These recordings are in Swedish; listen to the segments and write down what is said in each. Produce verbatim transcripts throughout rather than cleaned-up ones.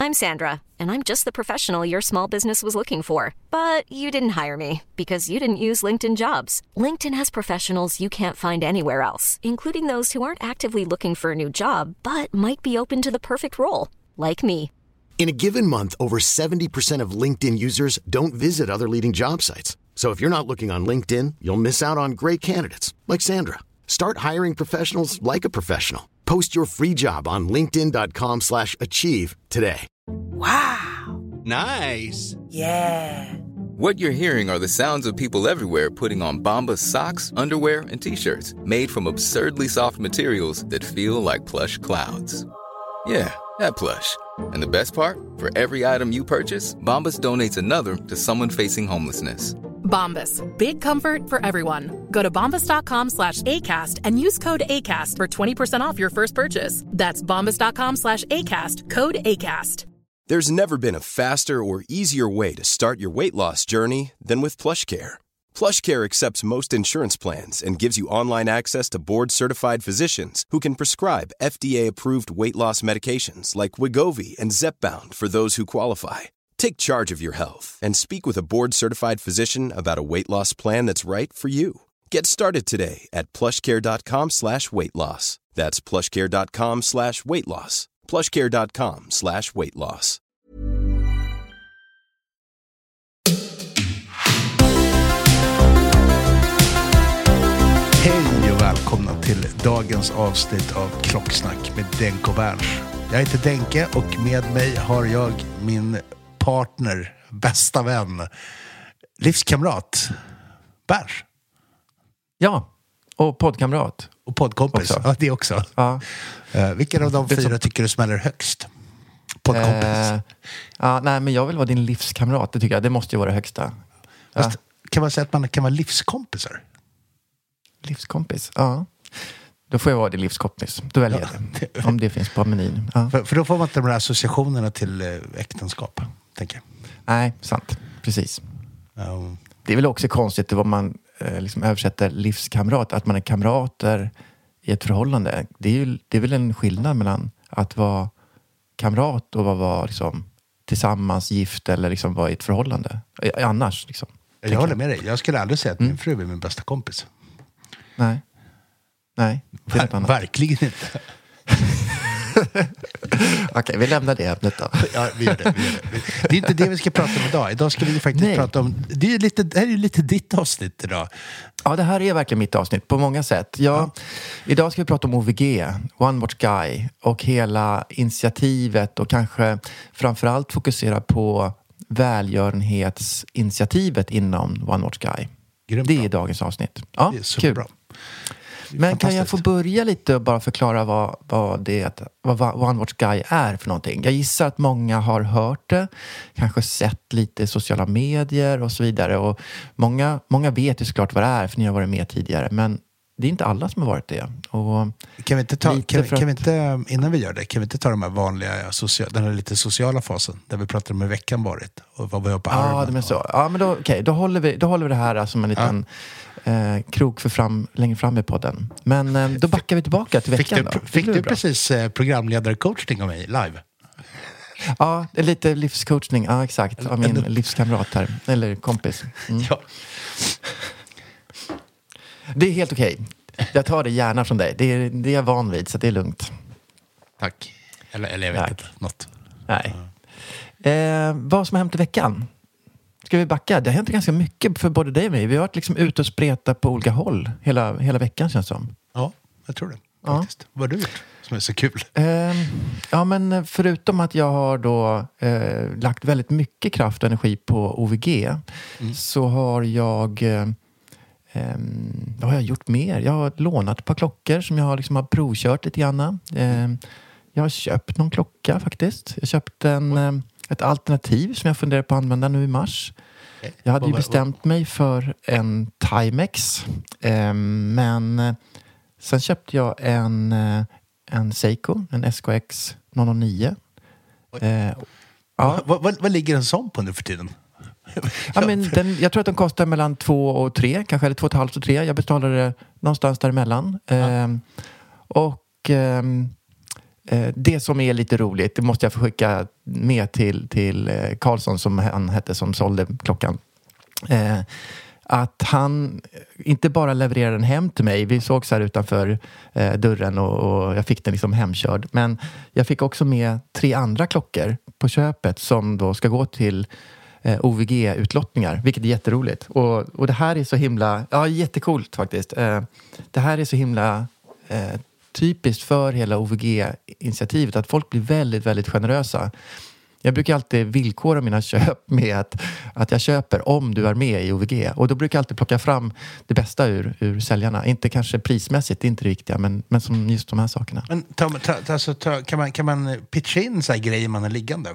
I'm Sandra, and I'm just the professional your small business was looking for. But you didn't hire me because you didn't use LinkedIn Jobs. LinkedIn has professionals you can't find anywhere else, including those who aren't actively looking for a new job, but might be open to the perfect role, like me. In a given month, over seventy percent of LinkedIn users don't visit other leading job sites. So if you're not looking on LinkedIn, you'll miss out on great candidates like Sandra. Start hiring professionals like a professional. Post your free job on linkedin dot com slash achieve today. Wow. Nice. Yeah. What you're hearing are the sounds of people everywhere putting on Bombas socks, underwear, and T-shirts made from absurdly soft materials that feel like plush clouds. Yeah, that plush. And the best part? For every item you purchase, Bombas donates another to someone facing homelessness. Bombas. Big comfort for everyone. Go to bombas.com slash ACAST and use code ACAST for twenty percent off your first purchase. That's bombas.com slash ACAST. Code ACAST. There's never been a faster or easier way to start your weight loss journey than with PlushCare. PlushCare accepts most insurance plans and gives you online access to board-certified physicians who can prescribe F D A-approved weight loss medications like Wegovy and Zepbound for those who qualify. Take charge of your health and speak with a board-certified physician about a weight loss plan that's right for you. Get started today at plushcare.com slash weight loss. That's plushcare.com slash weight loss. plushcare.com slash weight loss. Hej och välkomna till dagens avsnitt av Klocksnack med Denke och Berns. Jag heter Denke och med mig har jag min partner, bästa vän, livskamrat, Berns. Ja, och poddkamrat. Och poddkompis, också. Ja, det också. Ja. Uh, vilken av de fyra som... tycker du smäller högst? Poddkompis. Uh, ja, nej, men jag vill vara din livskamrat, det tycker jag. Det måste ju vara det högsta. Fast, ja. Kan man säga att man kan vara livskompisar? Livskompis, ja. Då får jag vara din livskompis. Då väljer ja. jag det. Om det finns på menyn. Ja. För, för då får man inte de här associationerna till eh, äktenskap, tänker jag. Nej, sant. Precis. Um. Det är väl också konstigt vad man eh, liksom översätter livskamrat. Att man är kamrater i ett förhållande. Det är, ju, det är väl en skillnad mellan att vara kamrat och att vara liksom, tillsammans gift eller liksom vara i ett förhållande. Annars liksom. Jag håller med dig. Jag skulle aldrig säga att min mm. fru är min bästa kompis. Nej. Nej. Ver- verkligen inte. Okej, okay, vi lämnar det ämnet då. Ja, vi gör det, vi gör det. Det är inte det vi ska prata om idag. Idag ska vi faktiskt Nej. prata om... Det, är lite, det här är ju lite ditt avsnitt idag. Ja, det här är verkligen mitt avsnitt på många sätt. Ja, ja. Idag ska vi prata om O V G, One Watch Guy, och hela initiativet och kanske framförallt fokusera på välgörenhetsinitiativet inom One Watch Guy. Grymt det är bra. Dagens avsnitt. Ja, det är superbra. Kul. Men kan jag få börja lite och bara förklara vad, vad, det, vad One Watch Guy är för någonting? Jag gissar att många har hört det, kanske sett lite i sociala medier och så vidare. Och många, många vet ju såklart vad det är, för ni har varit med tidigare. Men det är inte alla som har varit det. Och kan vi inte ta, kan, att... kan vi inte, innan vi gör det, kan vi inte ta de här vanliga, social, den här lite sociala fasen, där vi pratar om hur veckan varit och vad vi har på armen? Ja, det är så. Ja, men då, okay, då, håller vi, då håller vi det här som en liten... Ja. Eh, krok för fram, längre fram i podden. Men eh, då backar vi tillbaka till veckan. Fick du, då. fick du precis eh, programledarcoachning av mig live? Ja, lite livscoachning. Ja, exakt. Av min livskamrat här. Eller kompis. Mm. Ja. Det är helt okej. Jag tar det gärna från dig. Det är, det är jag van vid, så det är lugnt. Tack. Eller, eller jag vet Tack. inte. Något. Nej. Eh, vad som har hänt i veckan? Ska vi backa? Det har hänt ganska mycket för både dig och mig. Vi har varit liksom ute och spreta på olika håll hela, hela veckan, känns det som. Ja, jag tror det. Faktiskt. Ja. Vad har du gjort som är så kul? Eh, ja, men förutom att jag har då eh, lagt väldigt mycket kraft och energi på O V G mm. så har jag... Eh, eh, vad har jag gjort mer? Jag har lånat ett par klockor som jag liksom har provkört lite grann. Eh, jag har köpt någon klocka faktiskt. Jag köpte en... Eh, Ett alternativ som jag funderar på att använda nu i mars. Jag hade ju bestämt mig för en Timex. Eh, men sen köpte jag en, en Seiko, en S K X noll noll nio. Eh, ja. vad, vad, vad ligger en sån på nu för tiden? ja, men den, jag tror att den kostar mellan två och tre, kanske eller två och ett halvt och tre. Jag betalade det någonstans däremellan. Eh, ja. Och... Eh, eh, det som är lite roligt, det måste jag få skicka med till, till eh, Karlsson, som han hette, som sålde klockan. Eh, att han inte bara levererade den hem till mig. Vi såg så här utanför eh, dörren och, och jag fick den liksom hemkörd. Men jag fick också med tre andra klockor på köpet som då ska gå till eh, O V G-utlottningar, vilket är jätteroligt. Och, och det här är så himla, ja, jättekult faktiskt. Eh, det här är så himla eh, typiskt för hela O V G-initiativet, att folk blir väldigt, väldigt generösa. Jag brukar alltid villkora mina köp med att, att jag köper om du är med i O V G. Och då brukar jag alltid plocka fram det bästa ur, ur säljarna. Inte kanske prismässigt, det är inte det viktiga, men, men som just de här sakerna. Men ta, ta, ta, alltså, ta, kan, man, kan man pitcha in så här grejer man är liggande?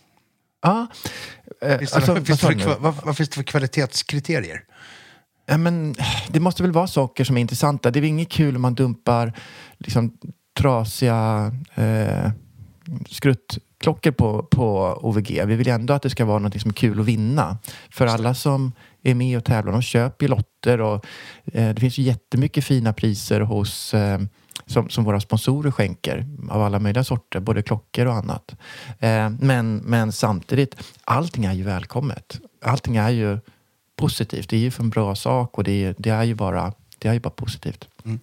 Ja. Eh, Finns det, alltså, finns vad, det för, vad, vad finns det för kvalitetskriterier? Ja, men, det måste väl vara saker som är intressanta. Det är väl inget kul om man dumpar liksom, trasiga eh, skruttklockor på, på O V G. Vi vill ändå att det ska vara något som är kul att vinna. För alla som är med och tävlar, de köper lotter. Och, eh, det finns ju jättemycket fina priser hos... Eh, Som, som våra sponsorer skänker av alla möjliga sorter, både klockor och annat. Eh, men, men samtidigt, allting är ju välkommet. Allting är ju positivt. Det är ju för en bra sak och det är, det är, ju, bara, det är ju bara positivt. Mm.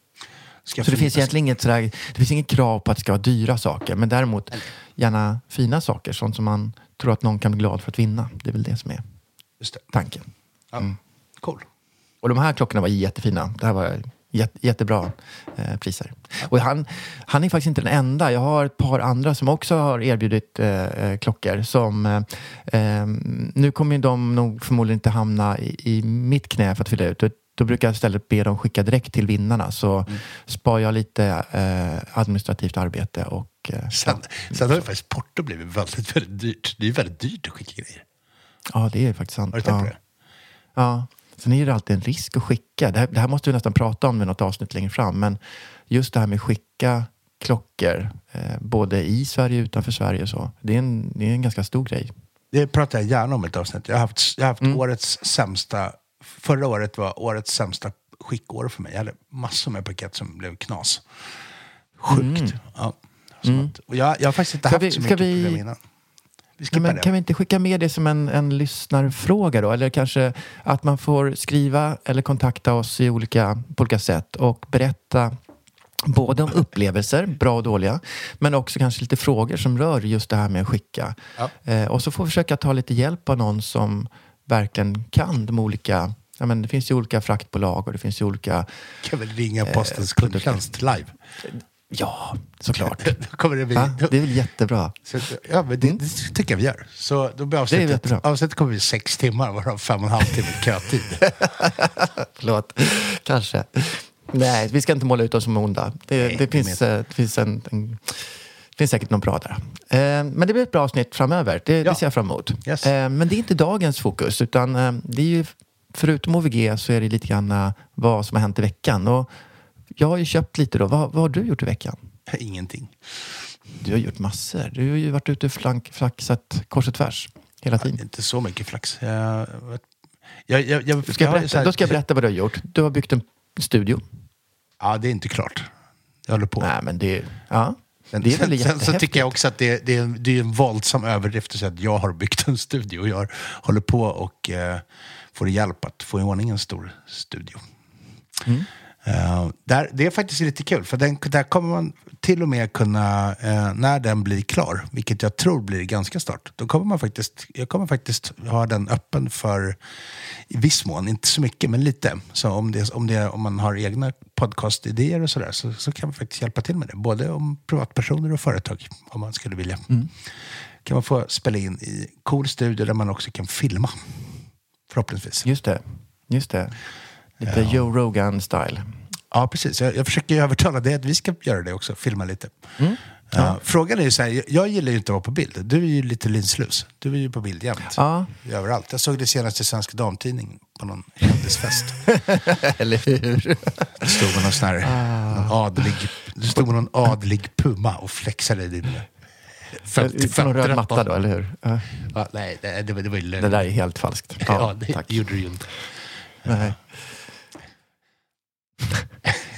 Så det finns egentligen inget, sådär, det finns inget krav på att det ska vara dyra saker. Men däremot gärna fina saker. Sånt som man tror att någon kan bli glad för att vinna. Det är väl det som är Just det. tanken. Ja. Mm. Cool. Och de här klockorna var jättefina. Det här var jätte, jättebra eh, priser. Och han, han är faktiskt inte den enda. Jag har ett par andra som också har erbjudit eh, klockor. Som, eh, nu kommer ju de nog förmodligen inte hamna i, i mitt knä för att fylla ut. Då brukar jag istället be dem skicka direkt till vinnarna. Så mm. spar jag lite eh, administrativt arbete. Och, eh, sen, sen har det faktiskt porto blivit väldigt, väldigt dyrt. Det är väldigt dyrt att skicka grejer. Ja, det är faktiskt sant. Har du tänkt på det? Ja. Sen är det alltid en risk att skicka. Det här, det här måste vi nästan prata om i något avsnitt längre fram. Men just det här med skicka klockor. Eh, både i Sverige och utanför Sverige. Och så, det, är en, det är en ganska stor grej. Det pratar jag gärna om i ett avsnitt. Jag har haft, jag har haft Mm. årets sämsta... Förra året var årets sämsta skickår för mig. Jag hade massor med paket som blev knas. Sjukt. Mm. Ja. Mm. Och jag, jag har faktiskt inte ska haft vi, så mycket vi, problem innan. Vi men, kan vi inte skicka med det som en, en lyssnarfråga då? Eller kanske att man får skriva eller kontakta oss i olika, på olika sätt och berätta både om upplevelser, bra och dåliga, men också kanske lite frågor som rör just det här med att skicka. Ja. Eh, och så får vi försöka ta lite hjälp av någon som verkligen kan de olika... Ja, men det finns ju olika fraktbolag och det finns ju olika... Kan väl ringa postens eh, kundtjänst live? Ja, såklart. Kommer det, bli, ja, det är väl jättebra. Så, ja, men det, det tycker jag vi gör. Så då blir avsnittet, avsnittet kommer vi sex timmar, varav fem och en halv timme kötid. Förlåt, kanske. Nej, vi ska inte måla ut oss som onda. Det, Nej, det, finns, det finns en... en Det finns säkert någon bra där. Eh, men det blir ett bra avsnitt framöver. Det, ja. det ser jag fram emot. Yes. Eh, men det är inte dagens fokus. Utan eh, det är ju, förutom O V G så är det lite grann uh, vad som har hänt i veckan. Och jag har ju köpt lite då. Vad, vad har du gjort i veckan? Ingenting. Du har gjort massor. Du har ju varit ute och flank, flaxat kors och tvärs hela tiden. Ja, inte så mycket flax. Jag, jag, jag, jag, ska jag jag berätta, här, då ska jag berätta vad du har gjort. Du har byggt en studio. Ja, det är inte klart. Jag håller på. Nej, men det... Ja. Men det är sen, väl sen så tycker jag också att det, det, är, en, det är en våldsam överdrift att säga att jag har byggt en studio. Och jag håller på och eh, får hjälp att få i ordning en stor studio. Mm. Uh, där, det är faktiskt lite kul. För den, där kommer man till och med kunna, uh, när den blir klar, vilket jag tror blir ganska snart, då kommer man faktiskt, jag kommer faktiskt ha den öppen för i viss mån, inte så mycket, men lite. Så om, det, om, det, om man har egna podcastidéer och sådär, så, så kan man faktiskt hjälpa till med det. Både om privatpersoner och företag, om man skulle vilja. Mm. Kan man få spela in i cool studio där man också kan filma. Förhoppningsvis. Just det, just det. Lite ja. Joe Rogan-style. Ja, precis. Jag, jag försöker övertala dig att vi ska göra det också. Filma lite. Mm. Ja. Uh, frågan är ju så här, jag, jag gillar ju inte att vara på bild. Du är ju lite linslus. Du är ju på bild jämt. Ja. Överallt. Jag såg det senast i Svenska Damtidning på någon kändisfest. Eller hur? Det stod med någon sån här ah. adlig, det stod med någon adlig puma och flexade i din femtio någon röd matta då, eller hur? Uh. Ja, nej, det, det, det var ju... Det där är helt falskt. Ja, ja det tack. Gjorde du ju inte. Nej.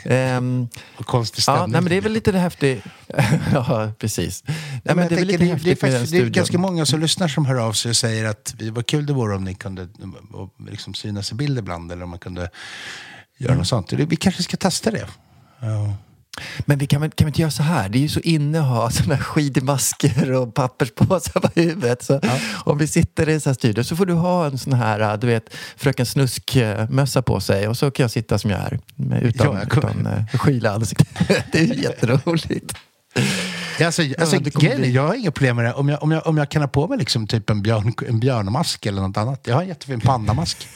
Um, och konstig stämning. Ja, nej, men det är väl lite det häftigt. Ja, precis. Nej, men men det är väl lite det, häftigt det är, faktiskt, med den det är studion. ganska många som lyssnar som hör av sig och säger att det var kul det vore om ni kunde liksom synas i bild ibland, eller om man kunde göra mm. något sånt. Vi kanske ska testa det. Ja. Men vi kan, väl, kan vi inte göra så här? Det är ju så inne att ha såna här skidmasker och papperspåsar på huvudet. Så ja. Om vi sitter i en sån här studio så får du ha en sån här, du vet, fröken Snusk-mössa på sig. Och så kan jag sitta som jag är, med, utan, ja, jag utan uh, skyla ansiktet. Det är ju jätteroligt. Ja, alltså, alltså, ja, grejen, bli... Jag har inga problem med det. Om jag, om jag, om jag kan ha på mig liksom typ en, björn, en björnmask eller något annat. Jag har en jättefin pandamask.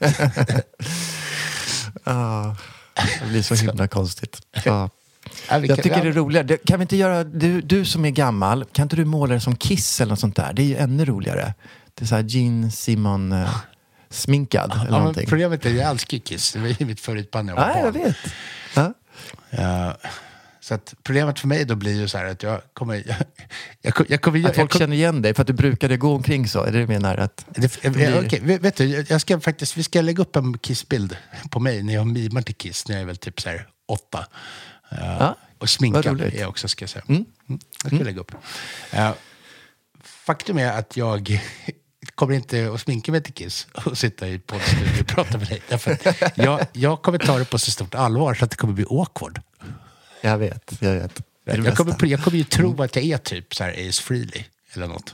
ah, det blir så himla konstigt. Ja. Ja, vi jag kan, tycker ja. det är roligare. Kan vi inte göra, du, du som är gammal, kan inte du måla det som Kiss eller något sånt där? Det är ju ännu roligare. Det är så här Gene Simon uh, sminkad eller ja, någonting. Problemet är att jag älskar Kiss. Det var ju mitt favoritband när jag var Ja, jag vet. Ja. Ja, så att problemet för mig då blir ju så här att jag kommer... Jag, jag, jag kommer att folk jag kom, känner igen dig för att du brukade gå omkring så. Är det du menar? Att det, jag, blir... Okej, vet du, jag ska faktiskt, vi ska lägga upp en Kiss-bild på mig när jag mimar till Kiss när jag är väl typ så här åtta. Uh, ja, och sminkad är jag också, ska jag säga. Mm. Mm, jag ska mm. lägga upp. Uh, faktum är att jag kommer inte att sminka mig till Kiss och sitta i poddstudio och prata med dig. Därför att jag, jag kommer ta det på så stort allvar så att det kommer bli awkward. Jag vet, jag vet. Jag, jag, kommer, jag kommer ju tro att jag är typ så här Ace Frehley eller något.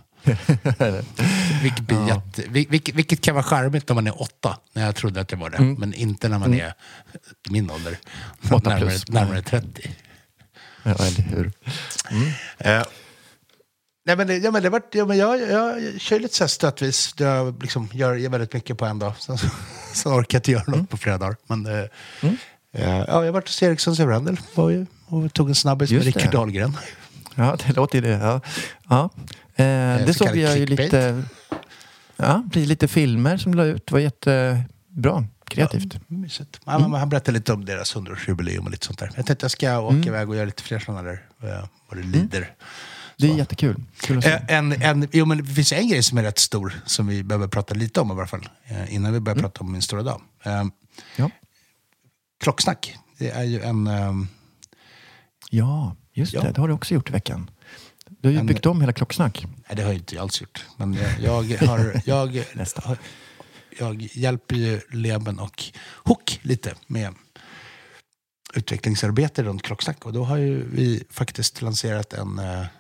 vilket, blir ja. jätte, vilket, vilket kan vara charmigt när man är åtta, när jag trodde att jag var det. Mm. Men inte när man mm. är min ålder. Närmare, närmare trettio. Ja, eller hur? Mm. Uh, nej, men det, ja, men det var, ja, men jag, jag, jag kör lite så här stötvis. Jag liksom gör, gör väldigt mycket på en dag. Sen så, så orkar jag inte göra något mm. på flera dagar. Men uh, mm. uh, ja, jag har varit hos Erikssons i Brandel och, och tog en snabbis med Rickard Dahlgren. Ja, det låter ju det. Ja. Ja. Eh, det såg jag ju lite... Ja, blir lite filmer som la ut. Det var jättebra. Kreativt. Ja, mysigt. Ja, mm. Han berättade lite om deras hundraårsjubileum och lite sånt där. Jag tänkte att jag ska åka mm. iväg och göra lite fler sådana där. Vad det lider. Mm. Det är så. Jättekul. Kul att se. En, en, jo, men det finns en grej som är rätt stor som vi behöver prata lite om i alla fall. Innan vi börjar mm. prata om min stora dag. Ja. Klocksnack. Det är ju en... Um... Ja, just ja. det. Det har du också gjort i veckan. Du har ju en... byggt om hela Klocksnack. Nej, det har jag inte alls gjort. Men jag, jag har... Jag, har jag hjälper ju Leben och Hook lite med utvecklingsarbete runt Klocksnack. Och då har ju vi faktiskt lanserat en,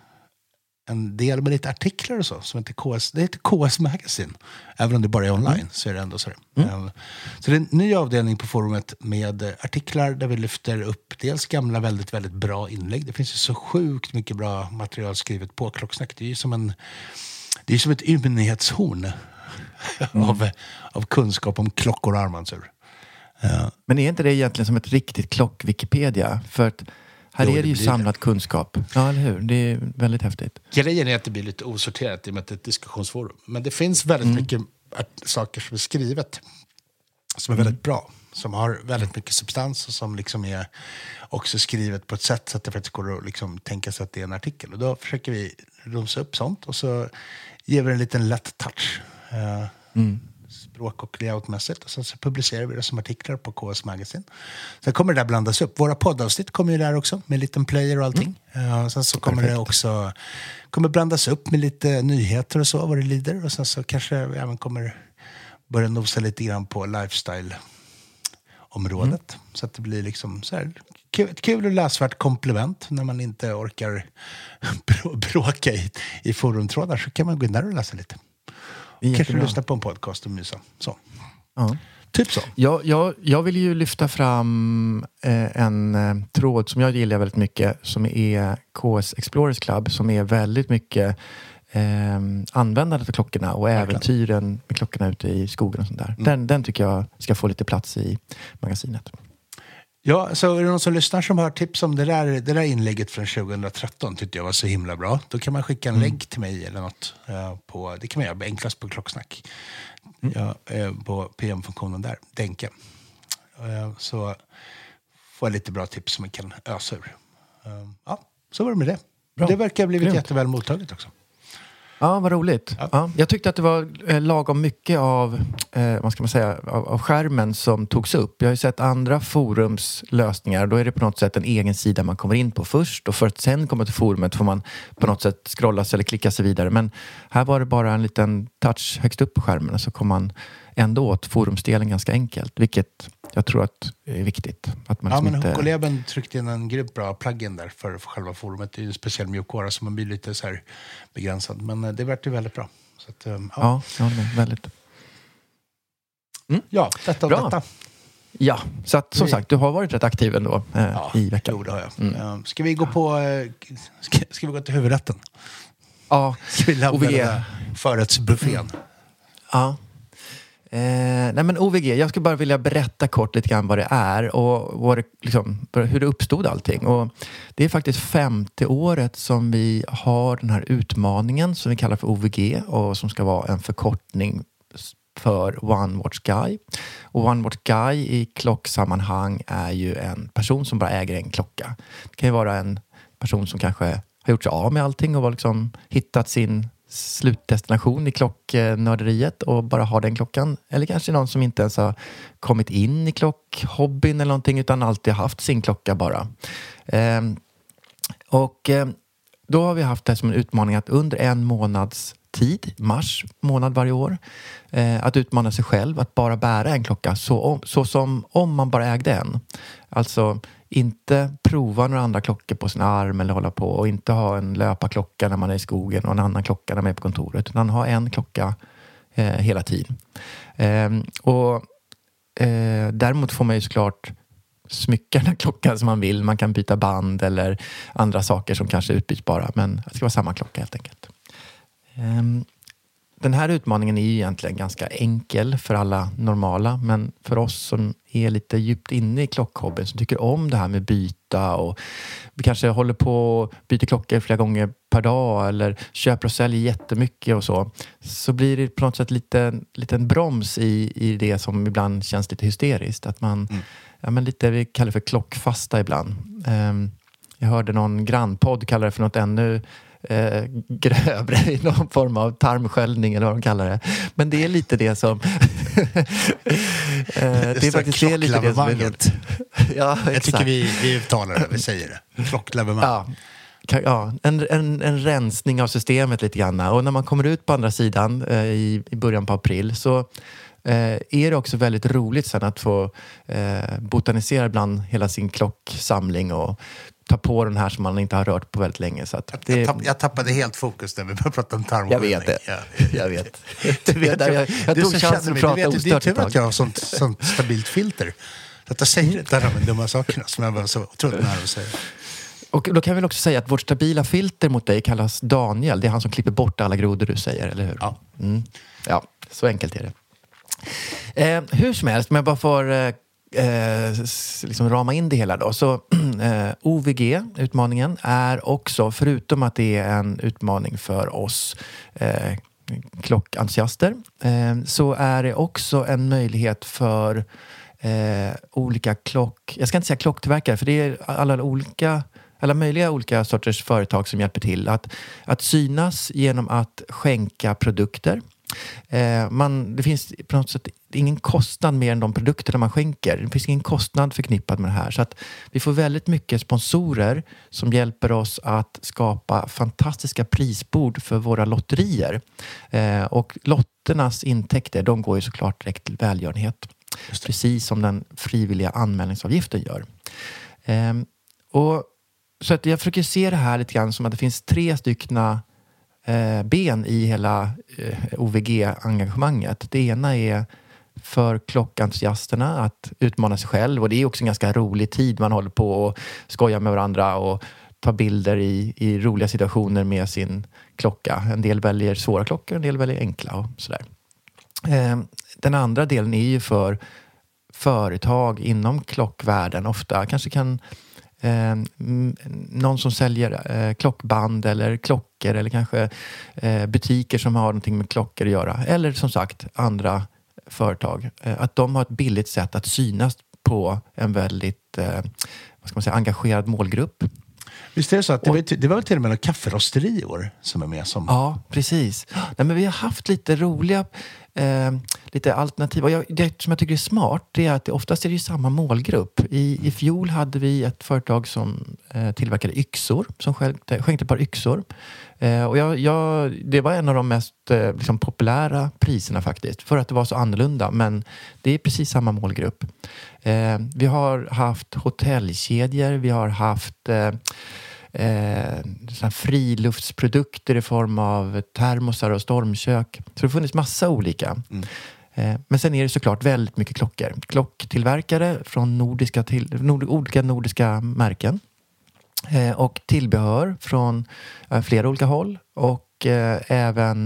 en del med lite artiklar och så. Som heter K S, det heter K S Magazine. Även om det bara är online mm. så är det ändå så. Mm. Så det är en ny avdelning på forumet med artiklar där vi lyfter upp dels gamla väldigt, väldigt bra inlägg. Det finns ju så sjukt mycket bra material skrivet på Klocksnack. Det är ju som en, det är som ett ymnighetshorn. Mm. av, av kunskap om klockor och armbandsur. Ja. Men är inte det egentligen som ett riktigt klock-Wikipedia? För att här jo, är det ju samlat det. kunskap. Ja, eller hur? Det är väldigt häftigt. Grejen är att det blir lite osorterat i och med att det är ett diskussionsforum. Men det finns väldigt mm. mycket saker som är skrivet som är mm. väldigt bra. Som har väldigt mycket substans och som liksom är också skrivet på ett sätt så att det faktiskt går att liksom tänka sig att det är en artikel. Och då försöker vi romsa upp sånt och så ger vi en liten lätt touch. Uh, mm. språk- och layoutmässigt. Och sen så publicerar vi det som artiklar på K S Magazine. Sen kommer det där blandas upp. Våra poddavsnitt kommer ju där också med en liten player och allting. Mm. Uh, sen så kommer Perfekt. det också kommer blandas upp med lite nyheter och så, vad det lider. Och sen så kanske vi även kommer börja nosa lite grann på lifestyle-området. Mm. Så att det blir liksom så här kul, ett kul och läsvärt komplement när man inte orkar bråka i, i forumtrådar, så kan man gå in där och läsa lite. Kanske lyssna på en podcast och mysa. Så. Ja. Typ så. Jag, jag, jag vill ju lyfta fram eh, en eh, tråd som jag gillar väldigt mycket, som är K S Explorers Club, som är väldigt mycket eh, användandet av klockorna och Verkligen. äventyren med klockorna ute i skogen och sånt där. Mm. Den, den tycker jag ska få lite plats i magasinet. Ja, så är det någon som lyssnar som har tips om det där, det där inlägget från tjugohundratretton tyckte jag var så himla bra. Då kan man skicka en mm. länk till mig eller något. Uh, på, det kan man göra enklast på Klocksnack. Mm. Ja, uh, på P M-funktionen där, Denke. Uh, så får jag lite bra tips som man kan ösa ur. Uh, ja, så var det med det. Bra. Det verkar ha blivit Klart. jätteväl mottaget också. Ja, vad roligt. Ja. Ja, jag tyckte att det var eh, lagom mycket av, eh, vad ska man säga, av, av skärmen som togs upp. Jag har ju sett andra forumslösningar. Då är det på något sätt en egen sida man kommer in på först. Och för att sen komma till forumet får man på något sätt scrolla sig eller klicka sig vidare. Men här var det bara en liten touch högst upp på skärmen. Så kom man ändå åt forumsdelen ganska enkelt. Vilket jag tror att är viktigt. Att man ja, liksom men inte... H K-leben tryckte in en grymt bra plugin där för, för själva forumet. Det är ju en speciell mjukvara som man blir lite så här begränsad. Men eh, det vart ju väldigt bra. Så att, um, ja, Ja, jag håller med. Väldigt. mm. ja, detta och Bra. detta. Ja, så att, som Vi- sagt, du har varit rätt aktiv ändå eh, Ja, i veckan. Jo, det har jag. Mm. Um, ska vi gå på... eh, ska, ska vi gå till huvudrätten? Ja, Ska vi lämna O V G. den där förrättsbuffén? Ja. Eh, nej men O V G, jag skulle bara vilja berätta kort lite grann vad det är och vad det, liksom, hur det uppstod allting. Och det är faktiskt femte året som vi har den här utmaningen som vi kallar för O V G och som ska vara en förkortning för One Watch Guy. Och One Watch Guy i klocksammanhang är ju en person som bara äger en klocka. Det kan ju vara en person som kanske har gjort sig av med allting och var liksom hittat sin slutdestination i klocknörderiet och bara har den klockan. Eller kanske någon som inte ens har kommit in i klockhobbyn eller någonting utan alltid haft sin klocka bara. Ehm, och eh, då har vi haft det som en utmaning att under en månads tid, mars månad varje år, eh, att utmana sig själv att bara bära en klocka så, om, så som om man bara ägde en. Alltså inte prova några andra klockor på sin arm eller hålla på och inte ha en löparklocka när man är i skogen och en annan klocka när man är på kontoret utan ha en klocka eh, hela tiden. Eh, och eh, däremot får man ju såklart smycka den här klockan som man vill. Man kan byta band eller andra saker som kanske är utbytbara men det ska vara samma klocka helt enkelt. Eh, Den här utmaningen är ju egentligen ganska enkel för alla normala men för oss som är lite djupt inne i klockhobbyn som tycker om det här med byta och vi kanske håller på och byter klockor flera gånger per dag eller köper och säljer jättemycket och så så blir det på något sätt lite liten broms i, i det som ibland känns lite hysteriskt att man, mm. ja men lite vi kallar för klockfasta ibland. Um, jag hörde någon grannpodd kalla det för något ännu Eh, grövre i någon form av tarmsköljning eller vad de kallar det. Men det är lite det som eh, det är faktiskt det är lite det som är ja, exakt. Jag tycker vi, vi uttalar det, vi säger det. Klocklevermang. Ja. Ja, en, en, en rensning av systemet lite grann. Och när man kommer ut på andra sidan eh, i, i början på april så eh, är det också väldigt roligt sen att få eh, botanisera bland hela sin klocksamling och ta på den här som man inte har rört på väldigt länge. Så att det... jag, tapp, jag tappade helt fokus när vi började prata om tarmsköljning. Jag vet det. Ja. Jag vet. Du vet jag, jag, jag du tog chansen att prata vet, ostört det är ett tur tag. att jag har sånt, sånt stabilt filter. Så att jag säger inte alla de dumma sakerna som jag var så otroligt nära att säga. Och då kan vi väl också säga att vårt stabila filter mot dig kallas Daniel. Det är han som klipper bort alla grodor du säger, eller hur? Ja. Mm. Ja, så enkelt är det. Eh, hur som helst, om jag bara får eh, liksom rama in det hela då. Så eh, O V G, utmaningen, är också, förutom att det är en utmaning för oss eh, klockentusiaster, eh, så är det också en möjlighet för eh, olika klock... Jag ska inte säga klocktillverkare, för det är alla olika... alla möjliga olika sorters företag som hjälper till att, att synas genom att skänka produkter. Eh, man, det finns på något sätt ingen kostnad mer än de produkter man skänker. Det finns ingen kostnad förknippad med det här. Så att vi får väldigt mycket sponsorer som hjälper oss att skapa fantastiska prisbord för våra lotterier. Eh, och lotternas intäkter, de går ju såklart direkt till välgörenhet. Precis som den frivilliga anmälningsavgiften gör. Eh, och Så att jag försöker se det här lite grann som att det finns tre styckna eh, ben i hela eh, O V G-engagemanget. Det ena är för klockentusiasterna att utmana sig själv. Och det är också en ganska rolig tid. Man håller på och skojar med varandra och tar bilder i, i roliga situationer med sin klocka. En del väljer svåra klockor, en del väljer enkla och sådär. Eh, den andra delen är ju för företag inom klockvärlden. Ofta kanske kan... Eh, någon som säljer eh, klockband eller klockor eller kanske eh, butiker som har någonting med klockor att göra. Eller som sagt andra företag. Eh, att de har ett billigt sätt att synas på en väldigt eh, vad ska man säga, engagerad målgrupp. Visst är det så att det, och, var, det var väl till och med några kafferosterior som är med som... Ja, precis. Nej, men vi har haft lite roliga, eh, lite alternativ. Och jag, det som jag tycker är smart, det är att det oftast är det ju samma målgrupp. I, i fjol hade vi ett företag som eh, tillverkade yxor, som skänkte, skänkte ett par yxor. Eh, och jag, jag, det var en av de mest eh, liksom populära priserna faktiskt, för att det var så annorlunda. Men det är precis samma målgrupp. Eh, vi har haft hotellkedjor, vi har haft... Eh, Eh, såna friluftsprodukter i form av termosar och stormkök. Så det har funnits massa olika. Mm. Eh, men sen är det såklart väldigt mycket klockor. Klocktillverkare från nordiska till, nord, olika nordiska märken. Eh, och tillbehör från eh, flera olika håll. Och eh, även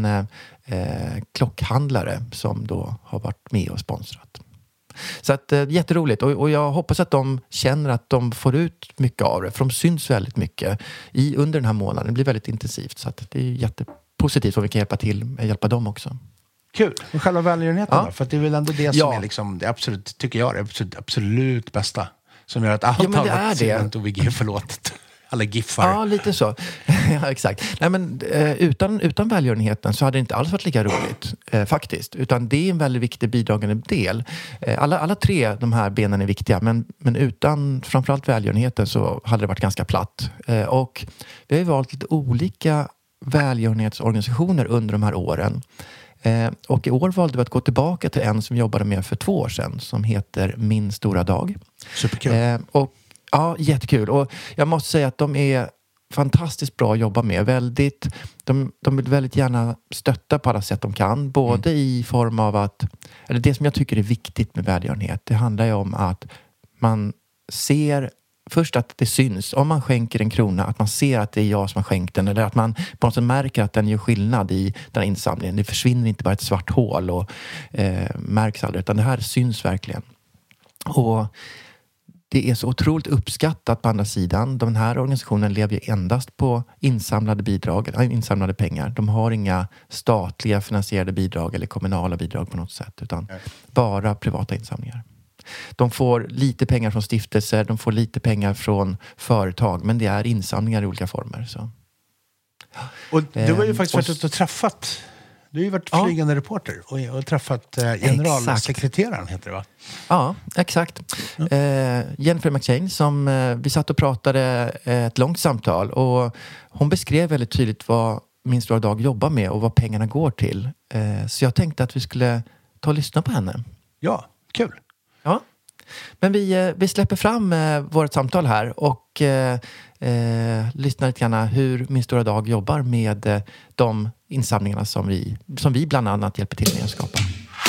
eh, klockhandlare som då har varit med och sponsrat. Så att, eh, jätteroligt. Och, och jag hoppas att de känner att de får ut mycket av det. För de syns väldigt mycket i, under den här månaden. Det blir väldigt intensivt. Så att det är jättepositivt om vi kan hjälpa till, hjälpa dem också. Kul. Och själva välgörenheten ja. då? För att det är väl ändå det som ja. är liksom, det absolut, tycker jag, det absolut, absolut bästa. Som gör att allt ja, har varit runt O V G förlåtet. Alla giffar. Ja, lite så. Ja, exakt. Nej, men, eh, utan, utan välgörenheten så hade det inte alls varit lika roligt, eh, faktiskt. Utan det är en väldigt viktig bidragande del. Eh, alla, alla tre de här benen är viktiga, men, men utan framförallt välgörenheten så hade det varit ganska platt. Eh, och vi har ju valt lite olika välgörenhetsorganisationer under de här åren. Eh, och i år valde vi att gå tillbaka till en som vi jobbade med för två år sedan, som heter Min stora dag. Superkul. Eh, och Ja, jättekul. Och jag måste säga att de är fantastiskt bra att jobba med. Väldigt, de, de vill väldigt gärna stötta på alla sätt de kan. Både mm. i form av att... Eller det som jag tycker är viktigt med välgörenhet, det handlar ju om att man ser... Först att det syns. Om man skänker en krona, att man ser att det är jag som har skänkt den. Eller att man på något sätt märker att den gör skillnad i den här insamlingen. Det försvinner inte bara ett svart hål och eh, märks aldrig. Utan det här syns verkligen. Och... Det är så otroligt uppskattat på andra sidan. Den här organisationen lever ju endast på insamlade bidrag, insamlade pengar. De har inga statliga finansierade bidrag eller kommunala bidrag på något sätt, utan Nej. bara privata insamlingar. De får lite pengar från stiftelser, de får lite pengar från företag, men det är insamlingar i olika former. Så. Och du har ju faktiskt varit ute och träffat... Du har ju varit flygande ja. reporter och, och träffat eh, generalsekreteraren, exakt. heter det va? Ja, exakt. Ja. Eh, Jennifer McShane som eh, vi satt och pratade ett långt samtal och hon beskrev väldigt tydligt vad Min stora dag jobbar med och vad pengarna går till. Eh, så jag tänkte att vi skulle ta och lyssna på henne. Ja, kul. Ja. Men vi, eh, vi släpper fram eh, vårt samtal här och eh, eh, lyssnar lite grann hur Min stora dag jobbar med eh, de insamlingarna som vi, som vi bland annat hjälper till med att skapa.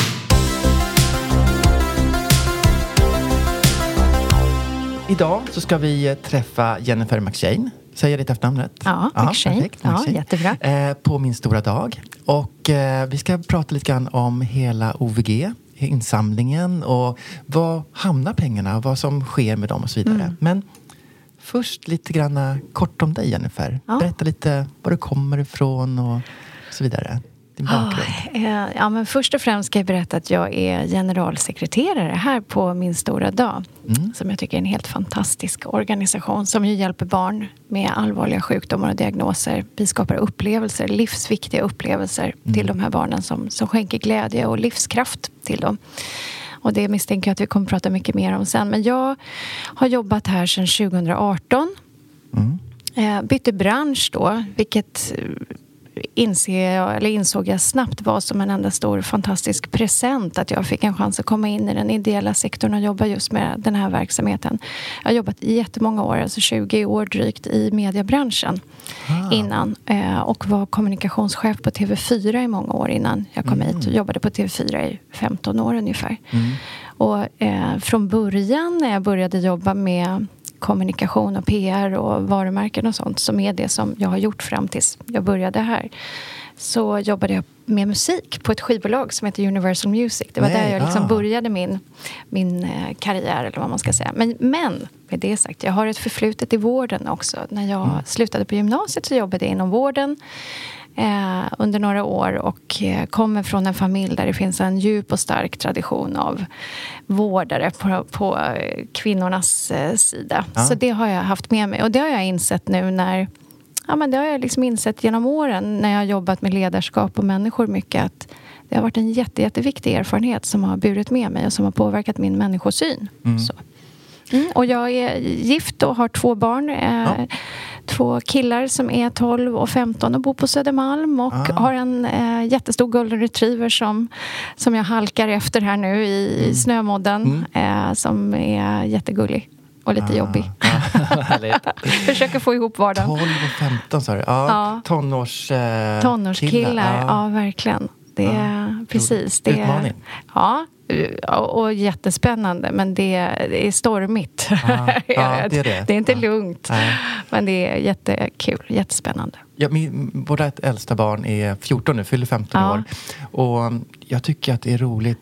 Idag så ska vi träffa Jennifer McShane. Säger ditt efternamn rätt? Ja, McShane. Ja, McShane. jättebra. Eh, på Min stora dag. Och eh, vi ska prata lite grann om hela O V G, insamlingen och vad hamnar pengarna, vad som sker med dem och så vidare. Mm. Men först lite grann kort om dig, Jennifer. Ja. Berätta lite var du kommer ifrån och så vidare. Din bakgrund. Oh, ja, men först och främst ska jag berätta att jag är generalsekreterare här på Min stora dag. Mm. Som jag tycker är en helt fantastisk organisation som ju hjälper barn med allvarliga sjukdomar och diagnoser. Vi skapar upplevelser, livsviktiga upplevelser mm. till de här barnen som, som skänker glädje och livskraft till dem. Och det misstänker jag att vi kommer att prata mycket mer om sen. Men jag har jobbat här sedan tjugo arton. Mm. Eh, bytte bransch då, vilket inser jag, eller insåg jag snabbt var som en enda stor fantastisk present att jag fick en chans att komma in i den ideella sektorn och jobba just med den här verksamheten. Jag har jobbat i jättemånga år, alltså tjugo år drygt i mediebranschen ah. innan eh, och var kommunikationschef på T V fyra i många år innan jag kom mm. hit och jobbade på T V fyra i femton år ungefär. Mm. Och eh, från början när jag började jobba med kommunikation och P R och varumärken och sånt som är det som jag har gjort fram tills jag började här, så jobbade jag med musik på ett skivbolag som heter Universal Music. Det var Nej, där jag liksom ah. började min, min eh, karriär eller vad man ska säga. Men, men med det sagt, jag har ett förflutet i vården också. När jag mm. slutade på gymnasiet så jobbade jag inom vården. eh, under några år och eh, kommer från en familj där det finns en djup och stark tradition av vårdare på, på eh, kvinnornas eh, sida. Ja. Så det har jag haft med mig. Och det har jag insett nu när... Ja, men det har jag liksom insett genom åren när jag har jobbat med ledarskap och människor mycket, att det har varit en jätte, jätteviktig erfarenhet som har burit med mig och som har påverkat min människosyn. Mm. Så. Mm, och jag är gift och har två barn. Eh, ja. Två killar som är tolv och femton och bor på Södermalm. Och ah. har en eh, jättestor golden retriever som, som jag halkar efter här nu i mm. snömodden. Mm. Eh, som är jättegullig. Och lite ah, jobbig. Ah, försöker få ihop vardagen. tolv och femton sa du. Ja, ja. Tonårs, eh, Tonårskillar, ja. ja verkligen. Det är, ja, precis. Det är, ja, och jättespännande. Men det är, det är stormigt. Ah, ja, det, är det. det är inte ja. lugnt. Nej. Men det är jättekul, jättespännande. Ja, min, båda äldsta barn är fjorton nu, fyller femton ja. år. Och jag tycker att det är roligt.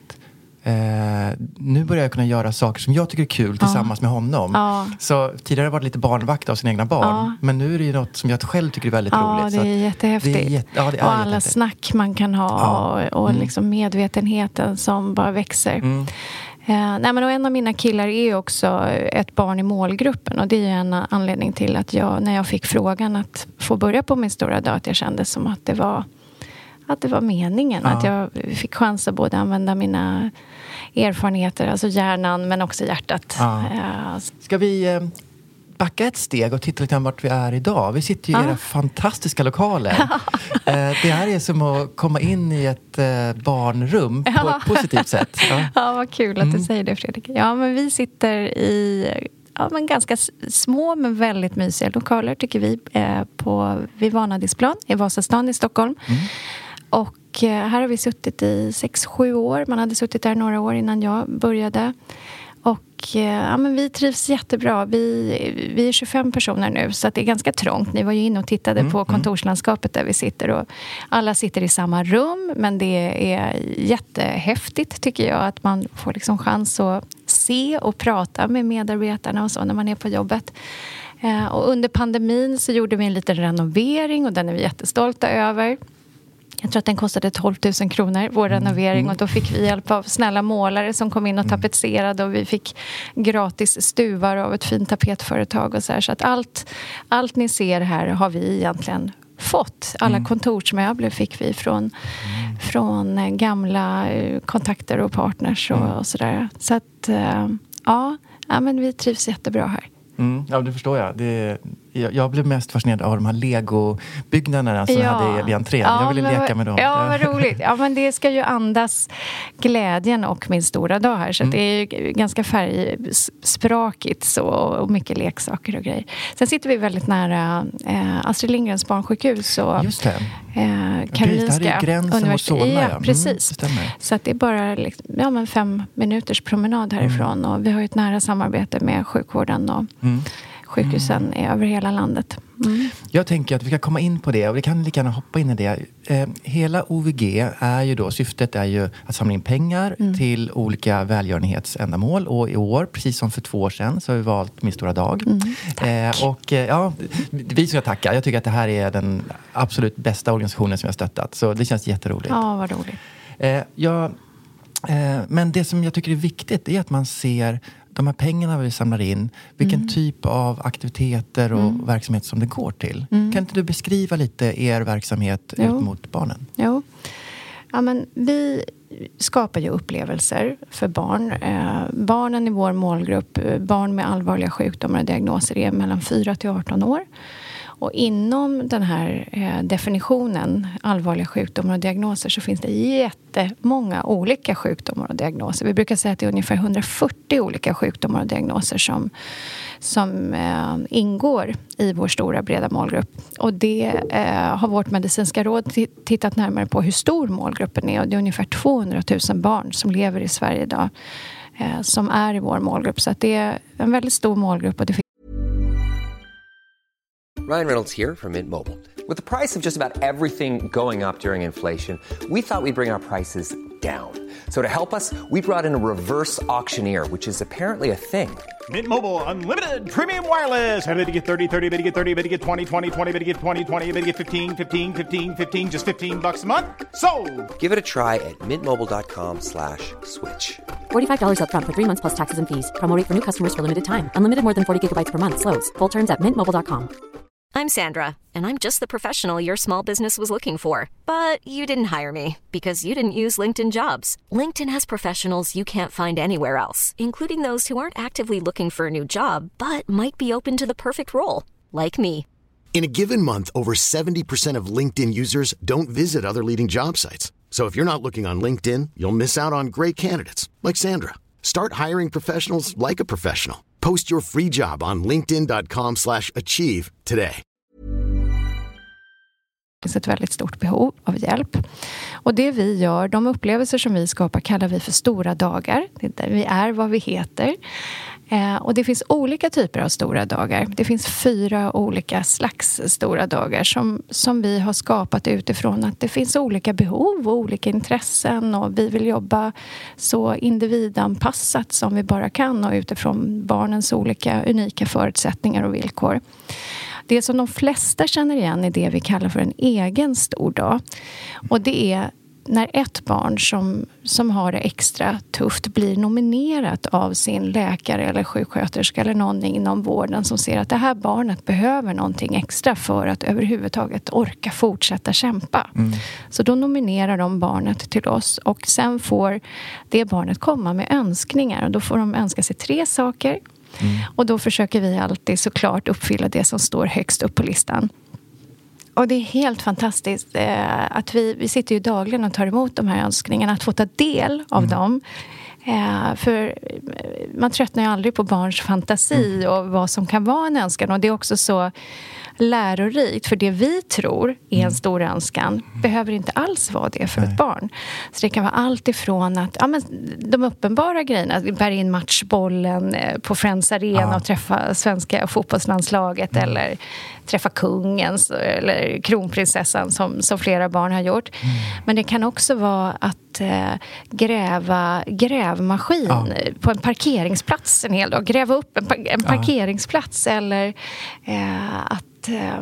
Eh, nu börjar jag kunna göra saker som jag tycker är kul tillsammans ja. med honom. Ja. Så tidigare har det varit lite barnvakt av sina egna barn. Ja. Men nu är det ju något som jag själv tycker är väldigt ja, roligt. Ja, det är jättehäftigt. Det är jätte, ja, det är och alla jättehäftigt. Snack man kan ha ja. och, och mm. liksom medvetenheten som bara växer. Mm. Eh, nej, men och en av mina killar är ju också ett barn i målgruppen. Och det är ju en anledning till att jag, när jag fick frågan att få börja på min stora dag, att jag kände som att det var att det var meningen. Ja. Att jag fick chans att både använda mina erfarenheter, alltså hjärnan, men också hjärtat. Ja. Uh, Ska vi eh, backa ett steg och titta lite grann vart vi är idag? Vi sitter ju i ja. era fantastiska lokaler. eh, det här är som att komma in i ett eh, barnrum ja. på ett positivt sätt. Ja, ja vad kul att mm. du säger det, Fredrik. Ja, men vi sitter i... Ja, men ganska små men väldigt mysiga lokaler tycker vi eh, på vid Vanadisplan i Vasastan i Stockholm. Mm. Och eh, här har vi suttit i sex sju år. Man hade suttit där några år innan jag började. Och eh, ja, men vi trivs jättebra. Vi, vi är tjugofem personer nu så att det är ganska trångt. Ni var ju inne och tittade mm, på kontorslandskapet där vi sitter. Och alla sitter i samma rum, men det är jättehäftigt tycker jag att man får liksom chans att se och prata med medarbetarna och så när man är på jobbet. Eh, och under pandemin så gjorde vi en liten renovering och den är vi jättestolta över. Jag tror att den kostade tolv tusen kronor, vår renovering. Mm. Och då fick vi hjälp av snälla målare som kom in och tapetserade. Och vi fick gratis stuvar av ett fint tapetföretag. Och så här. Så att allt, allt ni ser här har vi egentligen fått. Alla mm. kontorsmöbler fick vi från, mm. från gamla kontakter och partners och, mm. och sådär. Så att ja, ja, men vi trivs jättebra här. Mm, ja, det förstår jag. Det, jag. Jag blev mest fascinerad av de här Lego-byggnaderna som ja. jag hade vid entrén. Ja, jag ville men, leka med dem. Ja, vad roligt. Ja, men det ska ju andas glädjen och min stora dag här. Så mm. det är ju ganska färgsprakigt så, och mycket leksaker och grejer. Sen sitter vi väldigt nära eh, Astrid Lindgrens barnsjukhus och Just det. Eh, Karolinska det här är gränsen mot Solna. Ja, ja. Precis. Mm, så att det är bara liksom, ja, men fem minuters promenad härifrån. Mm. Och vi har ju ett nära samarbete med sjukvården och mm. sjukhusen mm. över hela landet. Mm. Jag tänker att vi kan komma in på det och vi kan lika gärna hoppa in i det. Eh, hela O V G är ju då, syftet är ju att samla in pengar mm. till olika välgörenhetsändamål. Och i år, precis som för två år sedan, så har vi valt Min stora dag. Mm. Eh, och eh, ja, vi ska tacka. Jag tycker att det här är den absolut bästa organisationen som jag har stöttat. Så det känns jätteroligt. Ja, vad roligt. Eh, jag, eh, men det som jag tycker är viktigt är att man ser de här pengarna vi samlar in, vilken mm. typ av aktiviteter och mm. verksamhet som det går till. Mm. Kan inte du beskriva lite er verksamhet jo. ut mot barnen? Jo. Ja, men vi skapar ju upplevelser för barn. Eh, barnen i vår målgrupp, barn med allvarliga sjukdomar och diagnoser, är mellan fyra till arton år. Och inom den här eh, definitionen allvarliga sjukdomar och diagnoser så finns det jättemånga olika sjukdomar och diagnoser. Vi brukar säga att det är ungefär hundrafyrtio olika sjukdomar och diagnoser som, som eh, ingår i vår stora breda målgrupp. Och det eh, har vårt medicinska råd t- tittat närmare på hur stor målgruppen är. Och det är ungefär tvåhundratusen barn som lever i Sverige idag eh, som är i vår målgrupp. Så att det är en väldigt stor målgrupp och det Ryan Reynolds here from Mint Mobile. With the price of just about everything going up during inflation, we thought we'd bring our prices down. So to help us, we brought in a reverse auctioneer, which is apparently a thing. Mint Mobile Unlimited Premium Wireless. How to get thirty, thirty, how to get thirty, how to get twenty, twenty, twenty, how to get twenty, twenty, how to get fifteen, fifteen, fifteen, fifteen, just fifteen bucks a month? Sold! Give it a try at mintmobile.com slash switch. forty-five dollars up front for three months plus taxes and fees. Promo rate for new customers for limited time. Unlimited more than forty gigabytes per month. Slows full terms at mint mobile dot com. I'm Sandra, and I'm just the professional your small business was looking for. But you didn't hire me because you didn't use LinkedIn Jobs. LinkedIn has professionals you can't find anywhere else, including those who aren't actively looking for a new job, but might be open to the perfect role, like me. In a given month, over seventy percent of LinkedIn users don't visit other leading job sites. So if you're not looking on LinkedIn, you'll miss out on great candidates like Sandra. Start hiring professionals like a professional. Post your free job on linkedin dot com slash achieve today. Det finns ett väldigt stort behov av hjälp. Och det vi gör, de upplevelser som vi skapar kallar vi för stora dagar. Det är där vi är vad vi heter. Eh, och det finns olika typer av stora dagar. Det finns fyra olika slags stora dagar som, som vi har skapat utifrån att det finns olika behov och olika intressen. Och vi vill jobba så individanpassat som vi bara kan och utifrån barnens olika unika förutsättningar och villkor. Det som de flesta känner igen är det vi kallar för en egen stor dag. Och det är när ett barn som, som har det extra tufft blir nominerat av sin läkare eller sjuksköterska eller någon inom vården som ser att det här barnet behöver någonting extra för att överhuvudtaget orka fortsätta kämpa. Mm. Så då nominerar de barnet till oss och sen får det barnet komma med önskningar och då får de önska sig tre saker. Mm. Och då försöker vi alltid såklart uppfylla det som står högst upp på listan. Och det är helt fantastiskt eh, att vi, vi sitter ju dagligen och tar emot de här önskningarna. Att få ta del av mm. dem. Eh, för man tröttnar ju aldrig på barns fantasi mm. och vad som kan vara en önskan. Och det är också så lärorikt. För det vi tror är en mm. stor önskan mm. behöver inte alls vara det för Nej. Ett barn. Så det kan vara allt ifrån att ja, men de uppenbara grejerna, bära in matchbollen på Friends Arena ja. Och träffa svenska fotbollslandslaget mm. eller träffa kungen eller kronprinsessan som, som flera barn har gjort. Mm. Men det kan också vara att eh, gräva grävmaskin ja. På en parkeringsplats en hel dag. Gräva upp en, en parkeringsplats ja. Eller eh, att eh,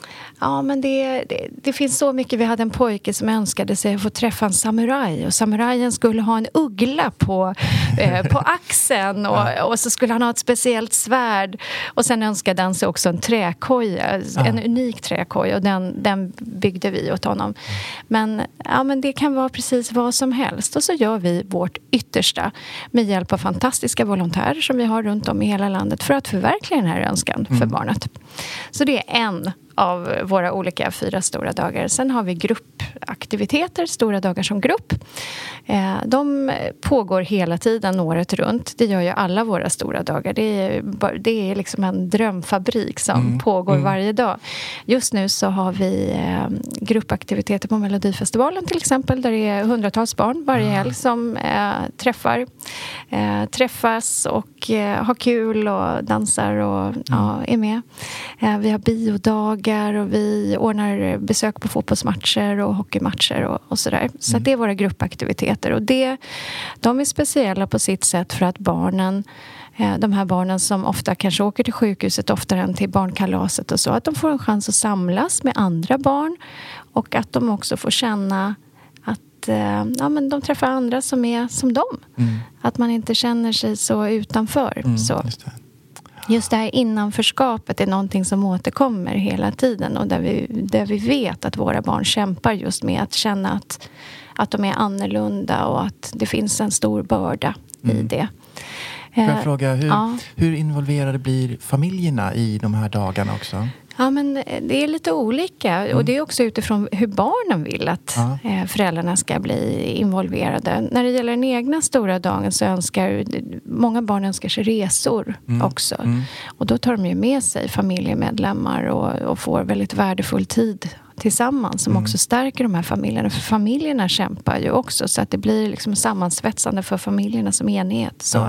ja, men det, det, det finns så mycket. Vi hade en pojke som önskade sig att få träffa en samuraj. Och samurajen skulle ha en uggla på, eh, på axeln. Och, ja. Och så skulle han ha ett speciellt svärd. Och sen önskade han sig också en träkoja. Ja. En unik träkoja. Och den, den byggde vi åt honom. Men, ja, men det kan vara precis vad som helst. Och så gör vi vårt yttersta. Med hjälp av fantastiska volontärer som vi har runt om i hela landet. För att förverkliga den här önskan mm. för barnet. Så det är en av våra olika fyra stora dagar. Sen har vi gruppaktiviteter, stora dagar som grupp. Eh, de pågår hela tiden året runt. Det gör ju alla våra stora dagar. Det är, det är liksom en drömfabrik som mm. pågår mm. varje dag. Just nu så har vi eh, gruppaktiviteter på Melodifestivalen till exempel. Där det är hundratals barn varje mm. helg som eh, träffar. Eh, träffas och eh, har kul och dansar och mm. ja, är med. Eh, vi har biodagar och vi ordnar besök på fotbollsmatcher och hockeymatcher och, och sådär. Så mm. det är våra gruppaktiviteter. Och det, de är speciella på sitt sätt för att barnen, eh, de här barnen som ofta kanske åker till sjukhuset oftare än till barnkalaset och så, att de får en chans att samlas med andra barn och att de också får känna att eh, ja, men de träffar andra som är som dem. Mm. Att man inte känner sig så utanför. Mm, så. Just det. Just det här innanförskapet är någonting som återkommer hela tiden och där vi, där vi vet att våra barn kämpar just med att känna att, att de är annorlunda och att det finns en stor börda mm. i det. Får jag fråga, hur, ja. hur involverade blir familjerna i de här dagarna också? Ja, men det är lite olika. Mm. Och det är också utifrån hur barnen vill att ja. föräldrarna ska bli involverade. När det gäller den egna stora dagen så önskar många barn önskar sig resor mm. också. Mm. Och då tar de ju med sig familjemedlemmar och, och får väldigt värdefull tid tillsammans som mm. också stärker de här familjerna. För familjerna kämpar ju också så att det blir liksom sammansvetsande för familjerna som enhet. Så...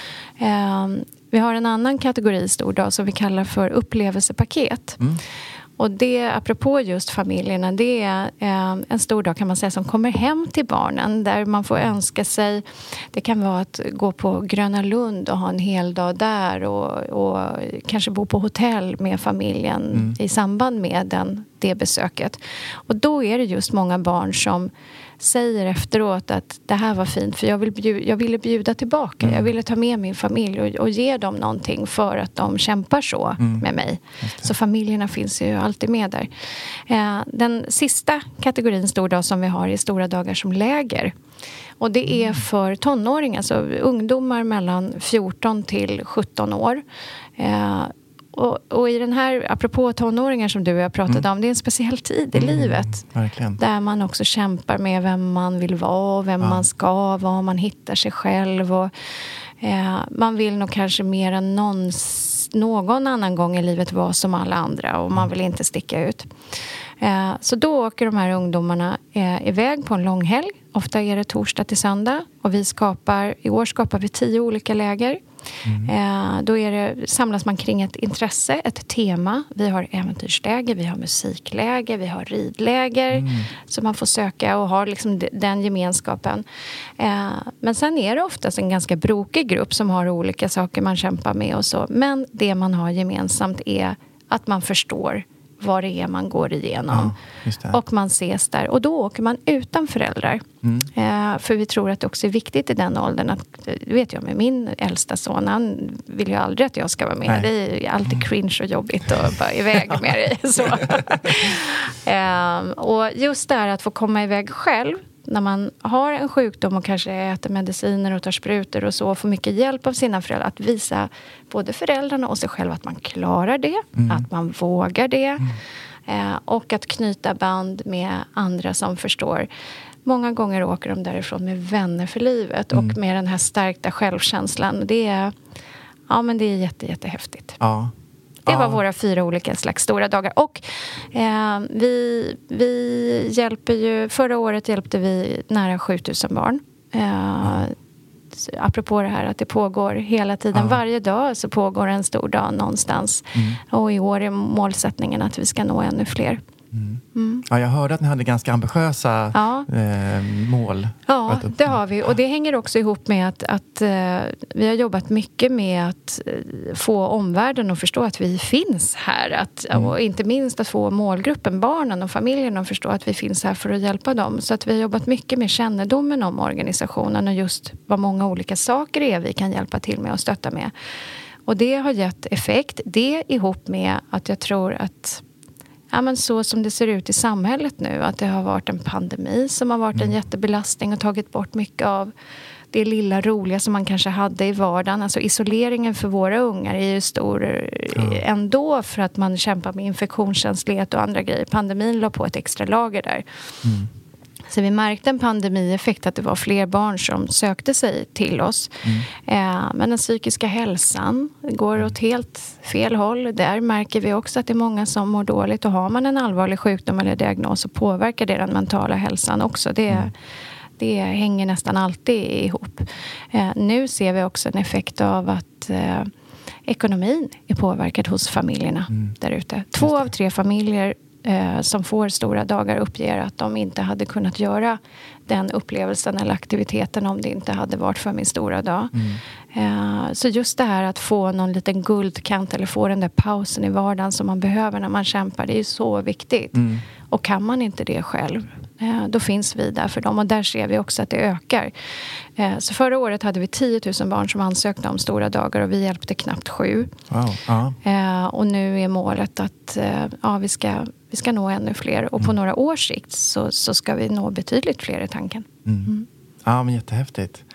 Ja. Um, Vi har en annan kategori stor dag som vi kallar för upplevelsepaket. Mm. Och det, apropå just familjerna, det är eh, en stor dag kan man säga som kommer hem till barnen. Där man får önska sig, det kan vara att gå på Gröna Lund och ha en hel dag där. Och, och kanske bo på hotell med familjen mm. i samband med den, det besöket. Och då är det just många barn som säger efteråt att det här var fint för jag, vill bjuda, jag ville bjuda tillbaka. Mm. Jag ville ta med min familj och, och ge dem någonting för att de kämpar så mm. med mig. Så familjerna finns ju alltid med där. Eh, den sista kategorin stordag som vi har är stora dagar som läger. Och det är för tonåringar, alltså ungdomar mellan fjorton till sjutton år. Eh, Och, och i den här, apropå tonåringar som du och jag pratade mm. om, det är en speciell tid i mm. livet. Verkligen. Där man också kämpar med vem man vill vara, vem ja. man ska vara, man hittar sig själv. Och, eh, man vill nog kanske mer än någon, någon annan gång i livet vara som alla andra och man vill inte sticka ut. Eh, så då åker de här ungdomarna eh, iväg på en lång helg. Ofta är det torsdag till söndag och vi skapar, i år skapar vi tio olika läger. Mm. Eh, då är det, samlas man kring ett intresse, ett tema. Vi har äventyrsläger, vi har musikläger, vi har ridläger. Mm. Så man får söka och ha liksom den gemenskapen. Eh, men sen är det oftast en ganska brokig grupp som har olika saker man kämpar med och så. Men det man har gemensamt är att man förstår vad det är man går igenom. Ja, och man ses där. Och då åker man utan föräldrar. Mm. Eh, för vi tror att det också är viktigt i den åldern. Att, det vet jag med min äldsta son. Han vill ju aldrig att jag ska vara med. Nej. Det är alltid cringe och jobbigt att bara iväg med dig. Så. eh, och just det här att få komma iväg själv. När man har en sjukdom och kanske äter mediciner och tar sprutor och så och får mycket hjälp av sina föräldrar. Att visa både föräldrarna och sig själv att man klarar det. Mm. Att man vågar det. Mm. Eh, och att knyta band med andra som förstår. Många gånger åker de därifrån med vänner för livet. Mm. Och med den här stärkta självkänslan. Det är, ja, men det är jätte, jättehäftigt. Ja. Det var våra fyra olika slags stora dagar. Och eh, vi, vi hjälper ju... Förra året hjälpte vi nära sjutusen barn. Eh, apropå det här att det pågår hela tiden. Ja. Varje dag så pågår en stor dag någonstans. Mm. Och i år är målsättningen att vi ska nå ännu fler. Mm. Mm. Ja, jag hörde att ni hade ganska ambitiösa ja. eh, mål. Ja, det har vi. Och det hänger också ihop med att, att eh, vi har jobbat mycket med att eh, få omvärlden att förstå att vi finns här. Att, mm. Och inte minst att få målgruppen, barnen och familjen att förstå att vi finns här för att hjälpa dem. Så att vi har jobbat mycket med kännedomen om organisationen och just vad många olika saker är vi kan hjälpa till med och stötta med. Och det har gett effekt. Det ihop med att jag tror att ja, men så som det ser ut i samhället nu. Att det har varit en pandemi som har varit en jättebelastning och tagit bort mycket av det lilla roliga som man kanske hade i vardagen. Alltså isoleringen för våra ungar är ju stor ja. ändå för att man kämpar med infektionskänslighet och andra grejer. Pandemin la på ett extra lager där. Mm. Så vi märkte en pandemieffekt att det var fler barn som sökte sig till oss. Mm. Eh, men den psykiska hälsan går åt helt fel håll. Där märker vi också att det är många som mår dåligt. Och har man en allvarlig sjukdom eller diagnos så påverkar det den mentala hälsan också. Det, mm. det hänger nästan alltid ihop. Eh, nu ser vi också en effekt av att eh, ekonomin är påverkad hos familjerna mm. där ute. Två av tre familjer Eh, som får stora dagar uppger att de inte hade kunnat göra den upplevelsen eller aktiviteten om det inte hade varit för min stora dag. Mm. Eh, så just det här att få någon liten guldkant eller få den där pausen i vardagen som man behöver när man kämpar, det är ju så viktigt. Mm. Och kan man inte det själv, eh, då finns vi där för dem. Och där ser vi också att det ökar. Eh, så förra året hade vi tio tusen barn som ansökte om stora dagar och vi hjälpte knappt sju. Wow. Uh-huh. Eh, och nu är målet att eh, ja, vi ska... Vi ska nå ännu fler. Och på mm. några års sikt så, så ska vi nå betydligt fler i tanken. Mm. Mm. Ja, men jättehäftigt.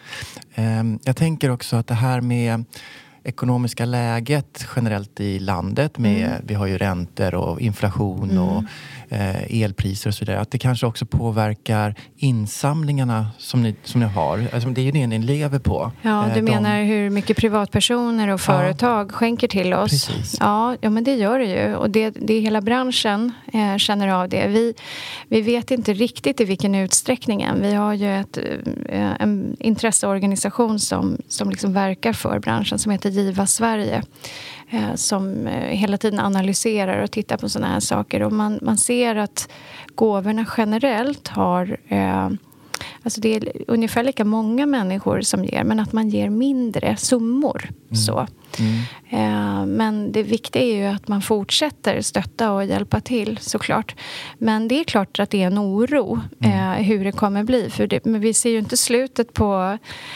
Um, jag tänker också att det här med ekonomiska läget generellt i landet. Med, mm. Vi har ju räntor och inflation. Mm. Och eh, elpriser och så vidare, att det kanske också påverkar insamlingarna som ni, som ni har. Alltså, det är ju det ni lever på. Ja, du eh, menar de... hur mycket privatpersoner och företag ja. skänker till oss? Precis. Ja, ja, men det gör det ju. Och det, det är hela branschen eh, känner av det. Vi, vi vet inte riktigt i vilken utsträckning än. Vi har ju ett, eh, en intresseorganisation som, som liksom verkar för branschen som heter Giva Sverige. Eh, som eh, hela tiden analyserar och tittar på sådana här saker. Och man, man ser att gåvorna generellt har... Eh, Alltså det är ungefär lika många människor som ger, men att man ger mindre summor. Mm. Så. Mm. Eh, men det viktiga är ju att man fortsätter stötta och hjälpa till, såklart. Men det är klart att det är en oro eh, hur det kommer bli. För det, men vi ser ju inte slutet på...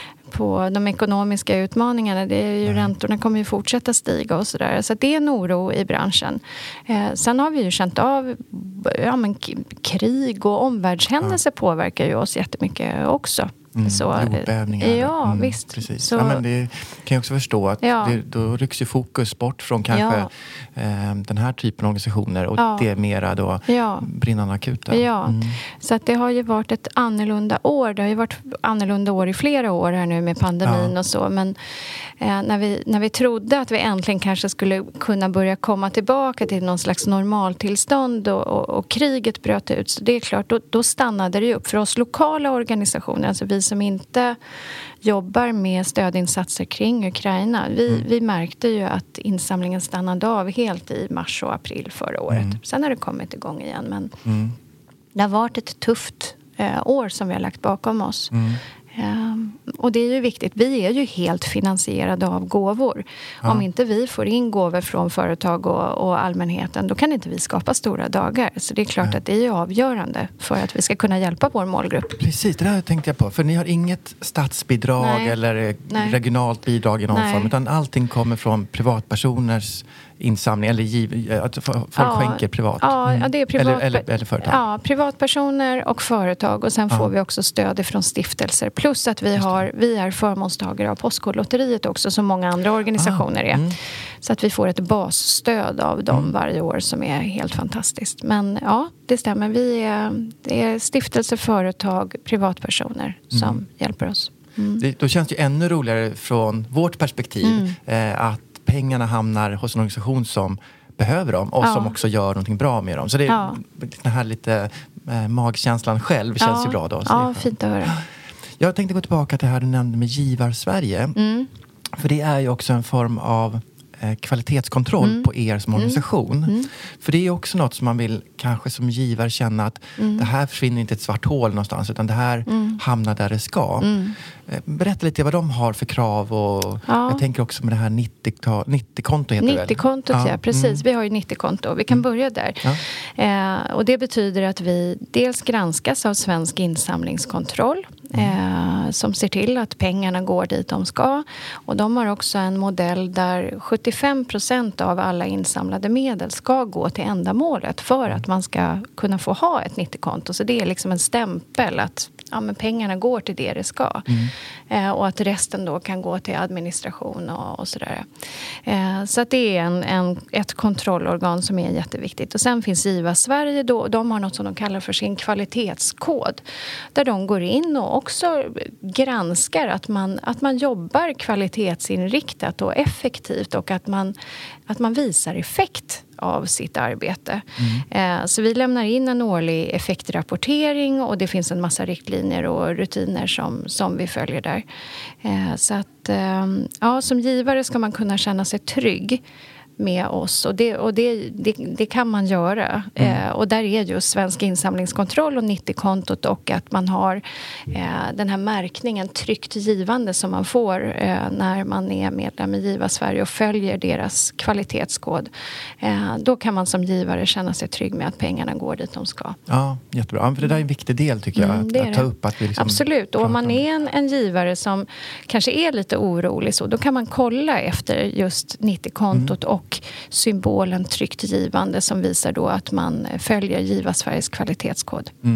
på de ekonomiska utmaningarna. Det är ju, mm. räntorna kommer ju fortsätta stiga och sådär. Så det är en oro i branschen. Eh, sen har vi ju känt av ja, men k- krig och omvärldshändelser ja. påverkar ju oss jättemycket också. Mm, så, jordbävningar. Ja, mm, visst. Precis. Så, ja, men det kan jag också förstå att ja. det, då rycks ju fokus bort från kanske ja. eh, den här typen av organisationer och ja. det är mera då ja. brinnande akuta. Ja, mm. så att det har ju varit ett annorlunda år. Det har ju varit annorlunda år i flera år här nu med pandemin ja. och så. Men eh, när, vi, när vi trodde att vi äntligen kanske skulle kunna börja komma tillbaka till någon slags normaltillstånd och, och, och kriget bröt ut. Så det är klart, då, då stannade det ju upp för oss lokala organisationer. Alltså vi som inte jobbar med stödinsatser kring Ukraina. Vi, mm. vi märkte ju att insamlingen stannade av helt i mars och april förra året. Mm. Sen har det kommit igång igen. Men mm. det har varit ett tufft eh, år som vi har lagt bakom oss. Mm. Um, och det är ju viktigt. Vi är ju helt finansierade av gåvor. Ja. Om inte vi får in gåvor från företag och, och allmänheten, då kan inte vi skapa stora dagar. Så det är klart ja. att det är ju avgörande för att vi ska kunna hjälpa vår målgrupp. Precis, det där tänkte jag på. För ni har inget statsbidrag Nej. eller Nej. regionalt bidrag i någon Nej. form. Utan allting kommer från privatpersoners insamling eller giv, att folk ja, skänker privat. Ja, mm. ja, det är privat, eller, eller, eller företag. Ja, privatpersoner och företag. Och sen ja. får vi också stöd från stiftelser. Plus att vi, har, vi är förmånstagare av Postkodlotteriet också, som många andra organisationer ah, är. Mm. Så att vi får ett basstöd av dem mm. varje år som är helt fantastiskt. Men ja, det stämmer. Vi är, det är stiftelser, företag, privatpersoner som mm. hjälper oss. Mm. Det, då känns det ju ännu roligare från vårt perspektiv mm. eh, att pengarna hamnar hos en organisation som behöver dem och ja. som också gör någonting bra med dem. Så det är ja. den här lite eh, magkänslan själv känns ja. ju bra då. Så ja, fint att höra. Jag tänkte gå tillbaka till det här du nämnde med Givar Sverige. Mm. För det är ju också en form av eh, kvalitetskontroll mm. på er som organisation. Mm. Mm. För det är ju också något som man vill kanske som givare känna att mm. det här försvinner inte ett svart hål någonstans, utan det här mm. hamnar där det ska. Mm. Berätta lite vad de har för krav och ja. jag tänker också med det här nittio-konto heter det väl? nittio-kontot, ja. ja precis. Mm. Vi har ju nittio-konto. Vi kan mm. börja där. Ja. Eh, och det betyder att vi dels granskas av Svensk insamlingskontroll mm. eh, som ser till att pengarna går dit de ska. Och de har också en modell där sjuttiofem procent av alla insamlade medel ska gå till ändamålet för att man ska kunna få ha ett nittio-konto. Så det är liksom en stämpel att ja, men pengarna går till det det ska. Mm. Eh, och att resten då kan gå till administration och, och sådär. Eh, så att det är en, en, ett kontrollorgan som är jätteviktigt. Och sen finns Giva Sverige då. De har något som de kallar för sin kvalitetskod. Där de går in och också granskar att man, att man jobbar kvalitetsinriktat och effektivt. Och att man, att man visar effekt av sitt arbete. Mm. Eh, så vi lämnar in en årlig effektrapportering och det finns en massa riktlinjer och rutiner som, som vi följer där. Eh, så att eh, ja, som givare ska man kunna känna sig trygg med oss och det, och det, det, det kan man göra. Mm. Eh, och där är ju Svensk insamlingskontroll och nittio-kontot och att man har eh, den här märkningen tryggt givande som man får eh, när man är medlem i Giva Sverige och följer deras kvalitetskod. Eh, då kan man som givare känna sig trygg med att pengarna går dit de ska. Ja, jättebra. För det där är en viktig del tycker jag, mm, att, att ta upp. Att vi liksom Absolut, och om man är en, en givare som kanske är lite orolig så, då kan man kolla efter just nittio-kontot mm. och och symbolen tryggt givande som visar då att man följer Giva Sveriges kvalitetskod. Mm.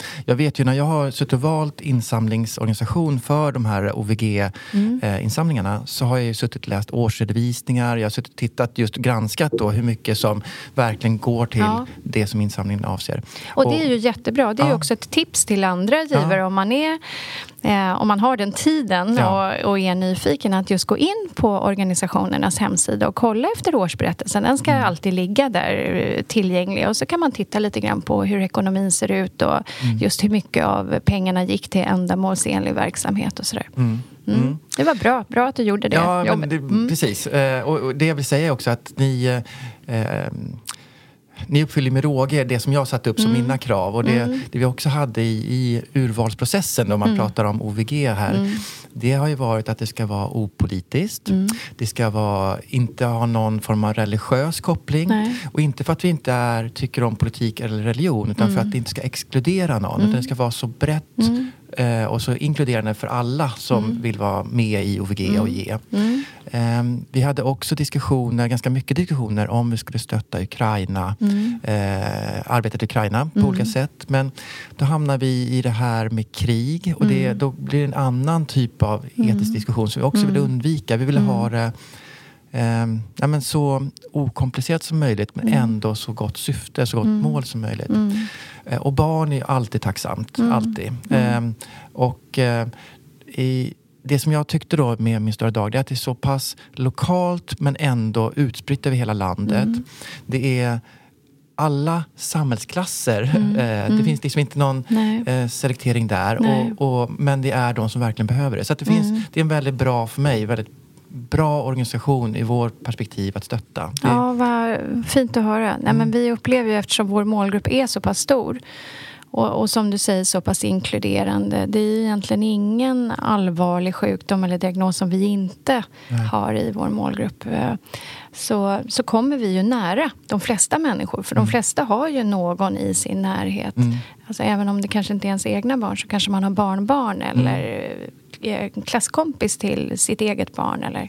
Jag vet ju när jag har suttit och valt insamlingsorganisation för de här O V G-insamlingarna mm. så har jag ju suttit och läst årsredovisningar. Jag har suttit och tittat, just granskat då hur mycket som verkligen går till ja. det som insamlingen avser. Och det är ju jättebra. Det är ja. ju också ett tips till andra givare ja. om man är Eh, om man har den tiden ja. och, och är nyfiken att just gå in på organisationernas hemsida och kolla efter årsberättelsen. Den ska mm. alltid ligga där tillgänglig och så kan man titta lite grann på hur ekonomin ser ut och mm. just hur mycket av pengarna gick till ändamålsenlig verksamhet och sådär. Mm. Mm. Mm. Det var bra, bra att du gjorde det. Ja, men det, mm. precis. Eh, och, och det jag vill säga är också att ni... Eh, Ni uppfyller med råge det som jag satt upp som mm. mina krav. Och det, mm. det vi också hade i, i urvalsprocessen då man mm. pratar om O V G här. Mm. Det har ju varit att det ska vara opolitiskt. Mm. Det ska vara, inte ha någon form av religiös koppling. Nej. Och inte för att vi inte är, tycker om politik eller religion. Utan mm. för att det inte ska exkludera någon. Mm. Utan det ska vara så brett mm. eh, och så inkluderande för alla som mm. vill vara med i O V G mm. och ge. Mm. Eh, vi hade också diskussioner, ganska mycket diskussioner om vi skulle stötta Ukraina. Mm. Eh, arbetet i Ukraina på mm. olika sätt. Men då hamnar vi i det här med krig. Och det, mm. då blir det en annan typ av etisk mm. diskussion som vi också mm. vill undvika. Vi vill mm. ha det eh, ja, men så okomplicerat som möjligt men mm. ändå så gott syfte, så gott mm. mål som möjligt. Mm. Eh, och barn är alltid tacksamt. Mm. Alltid. Mm. Eh, och eh, i det som jag tyckte då med Min stora dag, det är att det är så pass lokalt men ändå utspritt över hela landet. Mm. Det är alla samhällsklasser. Mm. Eh, det mm. finns liksom inte någon eh, selektering där. Och, och, men det är de som verkligen behöver det. Så att det, finns, mm. det är en väldigt bra, för mig, väldigt bra organisation i vårt perspektiv att stötta. Det... Ja, vad fint att höra. Nej, mm. men vi upplever ju, eftersom vår målgrupp är så pass stor och, och som du säger så pass inkluderande. Det är egentligen ingen allvarlig sjukdom eller diagnos som vi inte Nej. har i vår målgrupp. Så, så kommer vi ju nära de flesta människor. För mm. de flesta har ju någon i sin närhet. Mm. Alltså, även om det kanske inte är ens egna barn så kanske man har barnbarn eller mm. klasskompis till sitt eget barn. Eller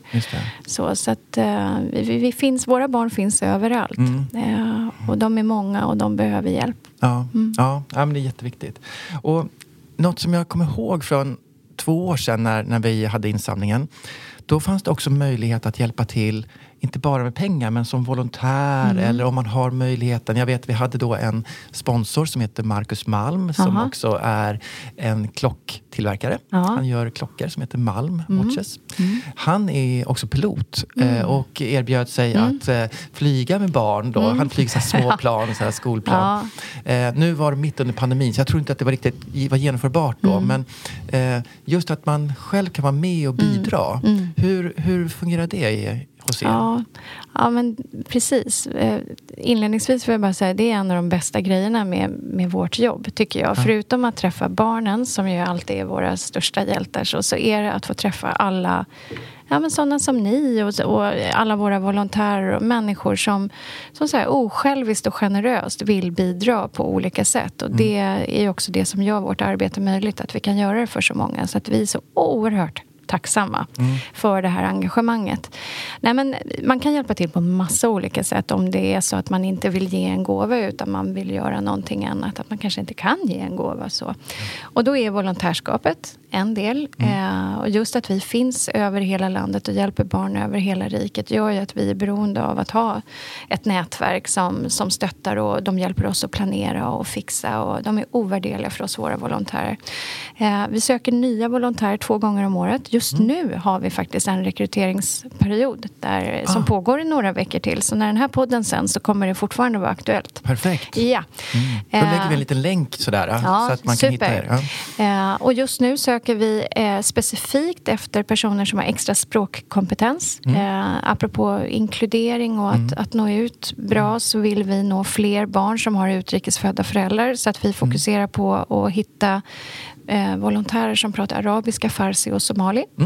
så så att, uh, vi, vi finns, våra barn finns överallt. Mm. Uh, och de är många och de behöver hjälp. Ja, mm. ja, ja men det är jätteviktigt. Och något som jag kommer ihåg från två år sedan när, när vi hade insamlingen. Då fanns det också möjlighet att hjälpa till, inte bara med pengar men som volontär mm. eller om man har möjligheten. Jag vet vi hade då en sponsor som heter Marcus Malm som Aha. också är en klocktillverkare. Aha. Han gör klockor som heter Malm mm. Watches. Mm. Han är också pilot mm. eh, och erbjöd sig mm. att eh, flyga med barn då. Mm. Han flyger så här små plan, så här skolplan. Ja. Eh, nu var det mitt under pandemin så jag tror inte att det var riktigt var genomförbart då. Mm. Men eh, just att man själv kan vara med och bidra. Mm. Mm. Hur, hur fungerar det i Ja, ja, men precis. Inledningsvis vill jag bara säga det är en av de bästa grejerna med, med vårt jobb, tycker jag. Ja. Förutom att träffa barnen, som ju alltid är våra största hjältar, så, så är det att få träffa alla, ja, men sådana som ni och, och alla våra volontärer och människor som, som så här osjälviskt och generöst vill bidra på olika sätt. Och mm. det är ju också det som gör vårt arbete möjligt, att vi kan göra det för så många. Så att vi är så oerhört tacksamma mm. för det här engagemanget. Nej, men man kan hjälpa till på massa olika sätt om det är så att man inte vill ge en gåva utan man vill göra någonting annat, att man kanske inte kan ge en gåva så. Mm. Och då är volontärskapet en del. Mm. Eh, och just att vi finns över hela landet och hjälper barn över hela riket gör ju att vi är beroende av att ha ett nätverk som, som stöttar och de hjälper oss att planera och fixa och de är ovärderliga för oss, våra volontärer. Eh, vi söker nya volontärer två gånger om året. Just mm. nu har vi faktiskt en rekryteringsperiod där, ah. som pågår i några veckor till. Så när den här podden sen så kommer det fortfarande vara aktuellt. Perfekt. Ja. Mm. Då lägger vi en liten länk sådär ja, så att man super. kan hitta er. Ja. Eh, och just nu söker vi eh, specifikt efter personer som har extra språkkompetens. Mm. Eh, apropå inkludering och att, mm. att nå ut bra mm. så vill vi nå fler barn som har utrikesfödda föräldrar så att vi fokuserar mm. på att hitta Eh, volontärer som pratar arabiska, farsi och somali. Mm.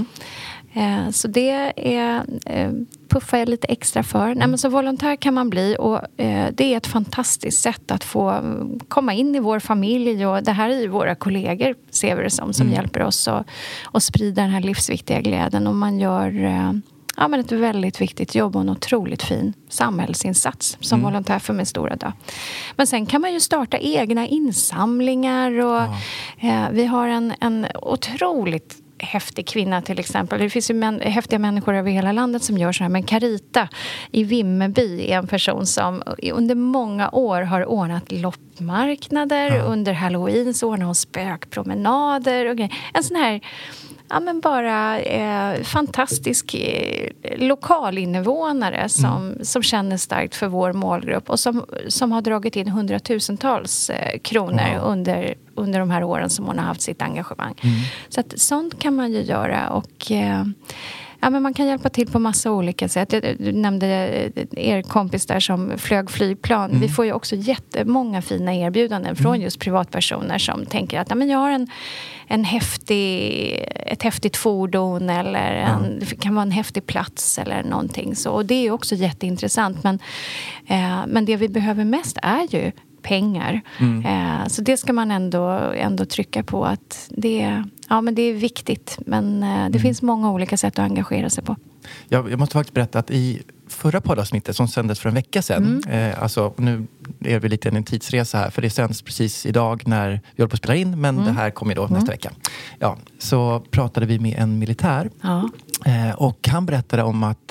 Eh, så det är eh, puffar jag lite extra för. Mm. Nej, men så volontär kan man bli och eh, det är ett fantastiskt sätt att få komma in i vår familj och det här är ju våra kollegor, ser vi det som, som mm. hjälper oss att, att sprida den här livsviktiga glädjen och man gör eh, ja, men ett väldigt viktigt jobb och en otroligt fin samhällsinsats som mm. volontär för Min stora dag. Men sen kan man ju starta egna insamlingar och ja. eh, vi har en, en otroligt häftig kvinna till exempel. Det finns ju män, häftiga människor över hela landet som gör så här. Men Carita i Vimmerby är en person som under många år har ordnat loppmarknader. Ja. Under Halloween så ordnar hon spökpromenader och grejer. En sån här, ja men bara eh, fantastisk eh, lokalinvånare som, mm. som känner starkt för vår målgrupp och som, som har dragit in hundratusentals eh, kronor wow. under, under de här åren som hon har haft sitt engagemang. Mm. Så att sånt kan man ju göra och eh, ja, men man kan hjälpa till på massa olika sätt. Du nämnde er kompis där som flög flygplan. Mm. Vi får ju också jättemånga fina erbjudanden från mm. just privatpersoner som tänker att ja, men jag har en, en häftig, ett häftigt fordon eller en, mm. det kan vara en häftig plats eller någonting. Så, och det är också jätteintressant. Men, eh, men det vi behöver mest är ju pengar. Mm. Eh, så det ska man ändå, ändå trycka på att det, ja, men det är viktigt. Men eh, det mm. finns många olika sätt att engagera sig på. Jag, jag måste faktiskt berätta att i förra poddavsnittet som sändes för en vecka sedan, mm. eh, alltså nu är vi lite en tidsresa här, för det sänds precis idag när vi håller på att spela in, men mm. det här kommer då mm. nästa vecka. Ja, så pratade vi med en militär ja. eh, och han berättade om att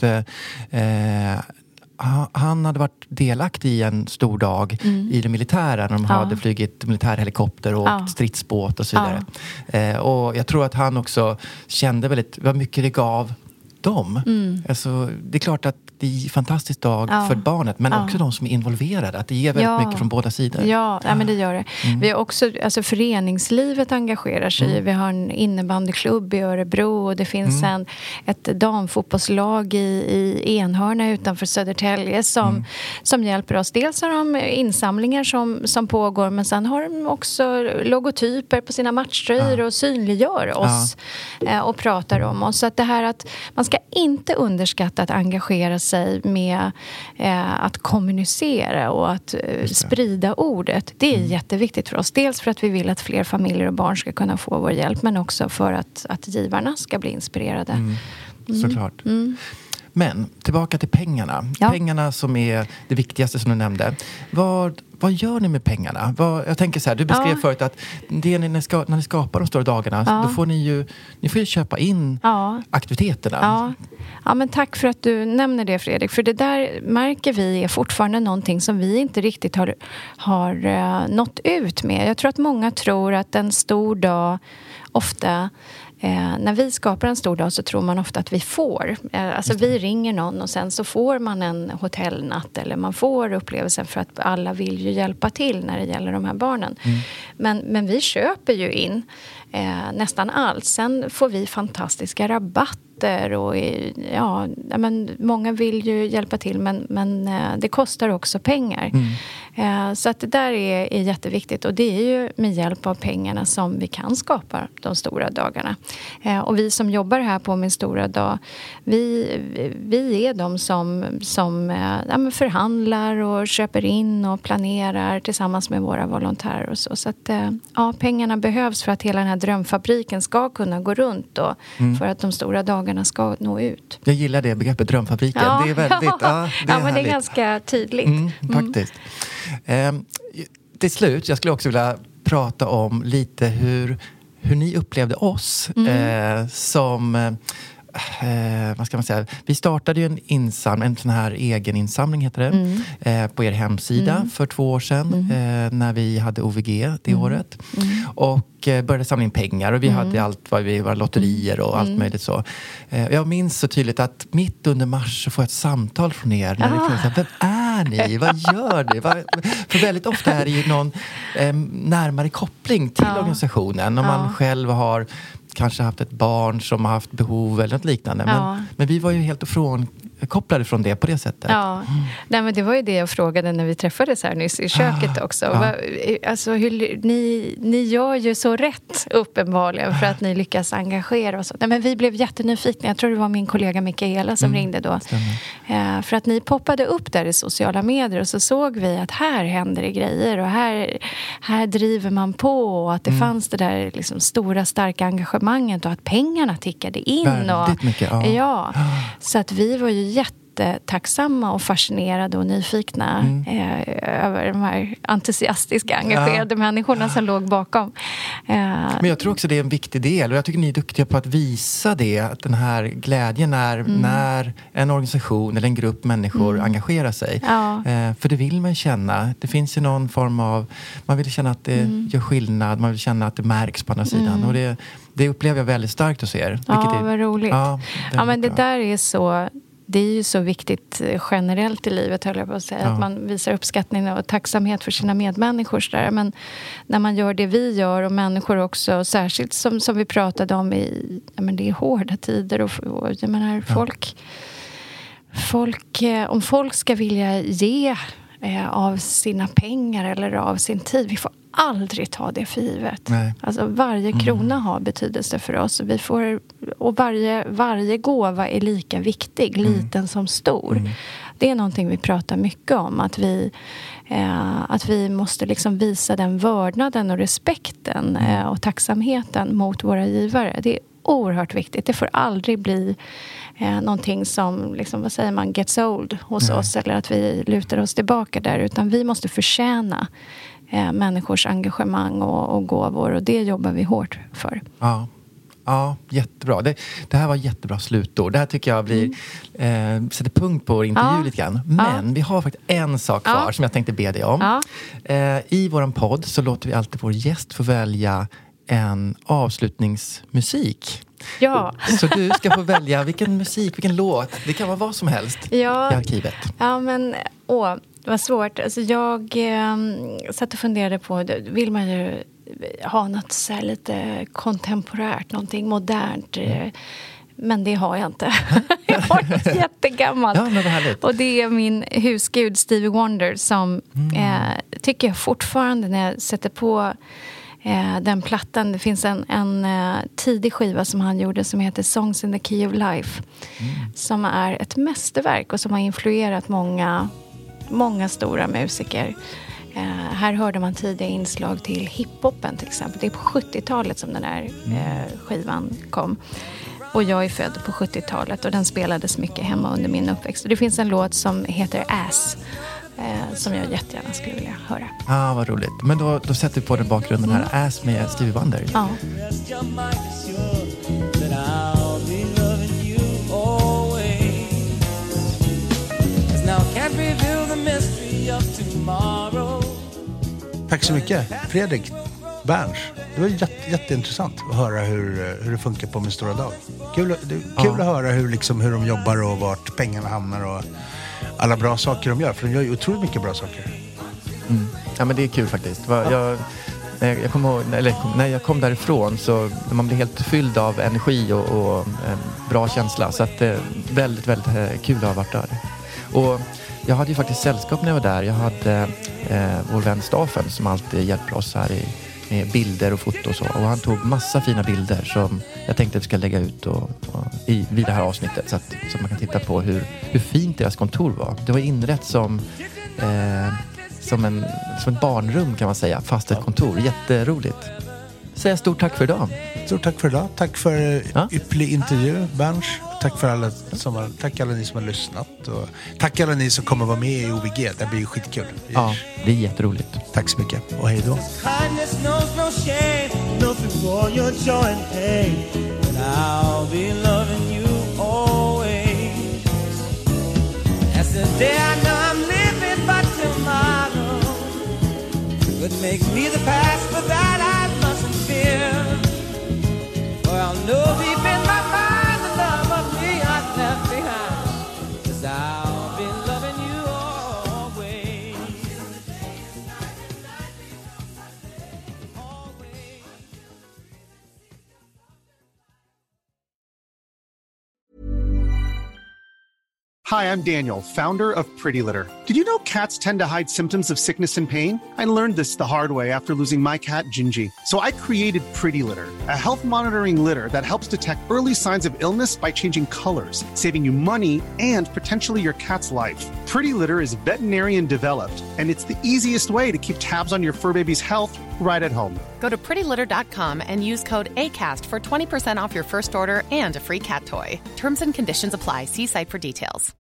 eh, han hade varit delaktig i en stor dag mm. i det militära när de ja. hade flygit militärhelikopter och ja. stridsbåt och så vidare. Ja. Eh, och jag tror att han också kände väldigt vad mycket det gav dem. Mm. Alltså, det är klart att det är en fantastisk dag ja. för barnet, men ja. också de som är involverade. Att det ger väldigt ja. mycket från båda sidor. Ja, ja, men det gör det. Mm. Vi har också, alltså föreningslivet engagerar sig. Mm. Vi har en innebandyklubb i Örebro och det finns mm. en, ett damfotbollslag i, i Enhörna utanför Södertälje som, mm. som hjälper oss. Dels har de insamlingar som, som pågår, men sen har de också logotyper på sina matchtröjor ja. och synliggör oss ja. och pratar om oss. Så att det här att man ska inte underskatta att engagera sig med eh, att kommunicera och att eh, sprida ordet. Det är mm. jätteviktigt för oss. Dels för att vi vill att fler familjer och barn ska kunna få vår hjälp, men också för att, att givarna ska bli inspirerade. Mm. Mm. Såklart. Mm. Men tillbaka till pengarna. Ja. Pengarna som är det viktigaste som du nämnde. Vad, vad gör ni med pengarna? Vad, jag tänker så här, du beskrev ja. förut att det ni ska, när ni skapar de stora dagarna, ja. då får ni ju ni får ju köpa in ja. aktiviteterna. Ja. ja, men tack för att du nämner det, Fredrik. För det där märker vi är fortfarande någonting som vi inte riktigt har, har uh, nått ut med. Jag tror att många tror att en stor dag ofta Eh, när vi skapar en stor dag så tror man ofta att vi får. Eh, alltså vi ringer någon och sen så får man en hotellnatt eller man får upplevelsen för att alla vill ju hjälpa till när det gäller de här barnen. Mm. Men, men vi köper ju in eh, nästan allt. Sen får vi fantastiska rabatter och ja, men många vill ju hjälpa till men, men eh, det kostar också pengar. Mm. Eh, så att det där är, är jätteviktigt och det är ju med hjälp av pengarna som vi kan skapa de stora dagarna. Eh, och vi som jobbar här på Min stora dag, vi, vi är de som, som eh, ja, men förhandlar och köper in och planerar tillsammans med våra volontärer och så. Så att eh, ja, pengarna behövs för att hela den här drömfabriken ska kunna gå runt och mm. för att de stora dagarna ska nå ut. Jag gillar det begreppet drömfabriken. Ja, det är väldigt, ja, ja, det är, ja men det är ganska tydligt. Mm, faktiskt. Mm. Eh, till slut, jag skulle också vilja prata om lite hur, hur ni upplevde oss mm. eh, som... Eh, vad ska man säga? Vi startade ju en insamling, en sån här egen insamling heter det, mm. eh, på er hemsida mm. för två år sedan mm. eh, när vi hade O V G det mm. året. Mm. Och eh, började samla in pengar och vi mm. hade allt vad vi var lotterier och allt mm. möjligt så. Eh, jag minns så tydligt att mitt under mars så får jag ett samtal från er när ah. ni frågar, vem är ni? Vad gör ni? För väldigt ofta är det ju någon eh, närmare koppling till ah. organisationen om ah. man själv har kanske haft ett barn som har haft behov eller något liknande. Men, ja. men vi var ju helt ifrån frikopplade från det på det sättet. Ja, mm. Nej, men det var ju det jag frågade när vi träffades här nyss i köket ah, också. Ah. Va, alltså, hur, ni, ni gör ju så rätt uppenbarligen för att ni lyckas engagera oss. Nej, men vi blev jättenyfikna. Jag tror det var min kollega Mikaela som mm, ringde då. Eh, för att ni poppade upp där i sociala medier och så såg vi att här händer det grejer och här, här driver man på och att det mm. fanns det där liksom stora starka engagemanget och att pengarna tickade in. Väldigt och, mycket, ja. ja. Så att vi var ju jättetacksamma och fascinerade och nyfikna mm. eh, över de här entusiastiska, engagerade ja. människorna som låg bakom. Eh, Men jag tror också det är en viktig del och jag tycker ni är duktiga på att visa det, att den här glädjen är mm. när en organisation eller en grupp människor mm. engagerar sig. Ja. Eh, för det vill man känna. Det finns ju någon form av, man vill känna att det mm. gör skillnad, man vill känna att det märks på andra sidan mm. och det, det upplever jag väldigt starkt hos er. Ja, är, vad roligt. Ja, ja men det bra. där är så... Det är ju så viktigt generellt i livet, höll jag på att säga. Ja. Att man visar uppskattning och tacksamhet för sina medmänniskor. Där. Men när man gör det vi gör och människor också, särskilt som, som vi pratade om i... Ja, men det är hårda tider och, och jag menar, folk... Ja. folk om folk ska vilja ge eh, av sina pengar eller av sin tid, vi får aldrig ta det för givet. Nej. Alltså varje krona mm. har betydelse för oss. Vi får, och varje, varje gåva är lika viktig, mm. liten som stor. Mm. Det är någonting vi pratar mycket om. Att vi, eh, att vi måste liksom visa den vördnaden och respekten eh, och tacksamheten mot våra givare. Det är oerhört viktigt. Det får aldrig bli eh, någonting som, liksom, vad säger man, gets old hos Nej. oss. Eller att vi lutar oss tillbaka där. Utan vi måste förtjäna Eh, människors engagemang och, och gåvor och det jobbar vi hårt för. Ja, ja jättebra. Det, det här var jättebra slutord. Det här tycker jag blir mm. eh, sätter punkt på vår intervju ja. lite grann. Men ja. vi har faktiskt en sak kvar ja. som jag tänkte be dig om. Ja. Eh, I våran podd så låter vi alltid vår gäst få välja en avslutningsmusik. Ja. Så du ska få välja vilken musik, vilken låt. Det kan vara vad som helst ja. i arkivet. Ja, men åh, det var svårt. Alltså jag eh, satt och funderade på, vill man ju ha något så här lite kontemporärt, någonting modernt. Mm. Men det har jag inte. Jag har något jättegammalt. Ja, men vad härligt. Och det är min husgud Stevie Wonder som mm. eh, tycker jag fortfarande när jag sätter på eh, den plattan. Det finns en, en eh, tidig skiva som han gjorde som heter Songs in the Key of Life. Mm. Som är ett mästerverk och som har influerat många... Många stora musiker. Eh, här hörde man tidiga inslag till hiphopen till exempel. Det är på sjuttiotalet som den här eh, skivan kom. Och jag är född på sjuttiotalet och den spelades mycket hemma under min uppväxt. Och det finns en låt som heter Ass eh, som jag jättegärna skulle vilja höra. Ah, vad roligt. Men då, då sätter vi på den bakgrunden här. Mm. Ass med Stevie Wonder. Ja. Tack så mycket, Fredrik Berns. Det var jätte, jätteintressant att höra hur, hur det funkar på Min stora dag. Kul, det, kul ja. att höra hur, liksom, hur de jobbar och vart pengarna hamnar och alla bra saker de gör. För de gör ju otroligt mycket bra saker. Mm. Ja, men det är kul faktiskt. Jag, jag, jag kom ihåg, eller, när jag kom därifrån så man blev helt fylld av energi och, och en bra känsla. Så att, väldigt, väldigt kul att ha varit där. Och jag hade ju faktiskt sällskap när jag var där. Jag hade eh, vår vän Staffen som alltid hjälper oss här i, med bilder och foto och så. Och han tog massa fina bilder som jag tänkte att vi ska lägga ut och, och, i, vid det här avsnittet. Så att, så att man kan titta på hur, hur fint deras kontor var. Det var inrätt som, eh, som, en, som ett barnrum kan man säga. Fast ett kontor. Jätteroligt. Säga stort tack för idag. Stort tack för idag. Tack för ja? ypplig intervju, Berns. Tack för alla som har, tack alla ni som har lyssnat. Och tack alla ni som kommer vara med i O V G. Det blir ju skitkul. Ja, det är jätteroligt. Tack så mycket. Och hej då. What makes me the past, but that I mustn't fear. For I'll know deep in my mind the love of me I've left behind. 'Cause I'll be loving you always. Hi, I'm Daniel, founder of Pretty Litter. Did you know cats tend to hide symptoms of sickness and pain? I learned this the hard way after losing my cat, Gingy. So I created Pretty Litter, a health monitoring litter that helps detect early signs of illness by changing colors, saving you money and potentially your cat's life. Pretty Litter is veterinarian developed, and it's the easiest way to keep tabs on your fur baby's health right at home. Go to pretty litter dot com and use code ACAST for twenty percent off your first order and a free cat toy. Terms and conditions apply. See site for details.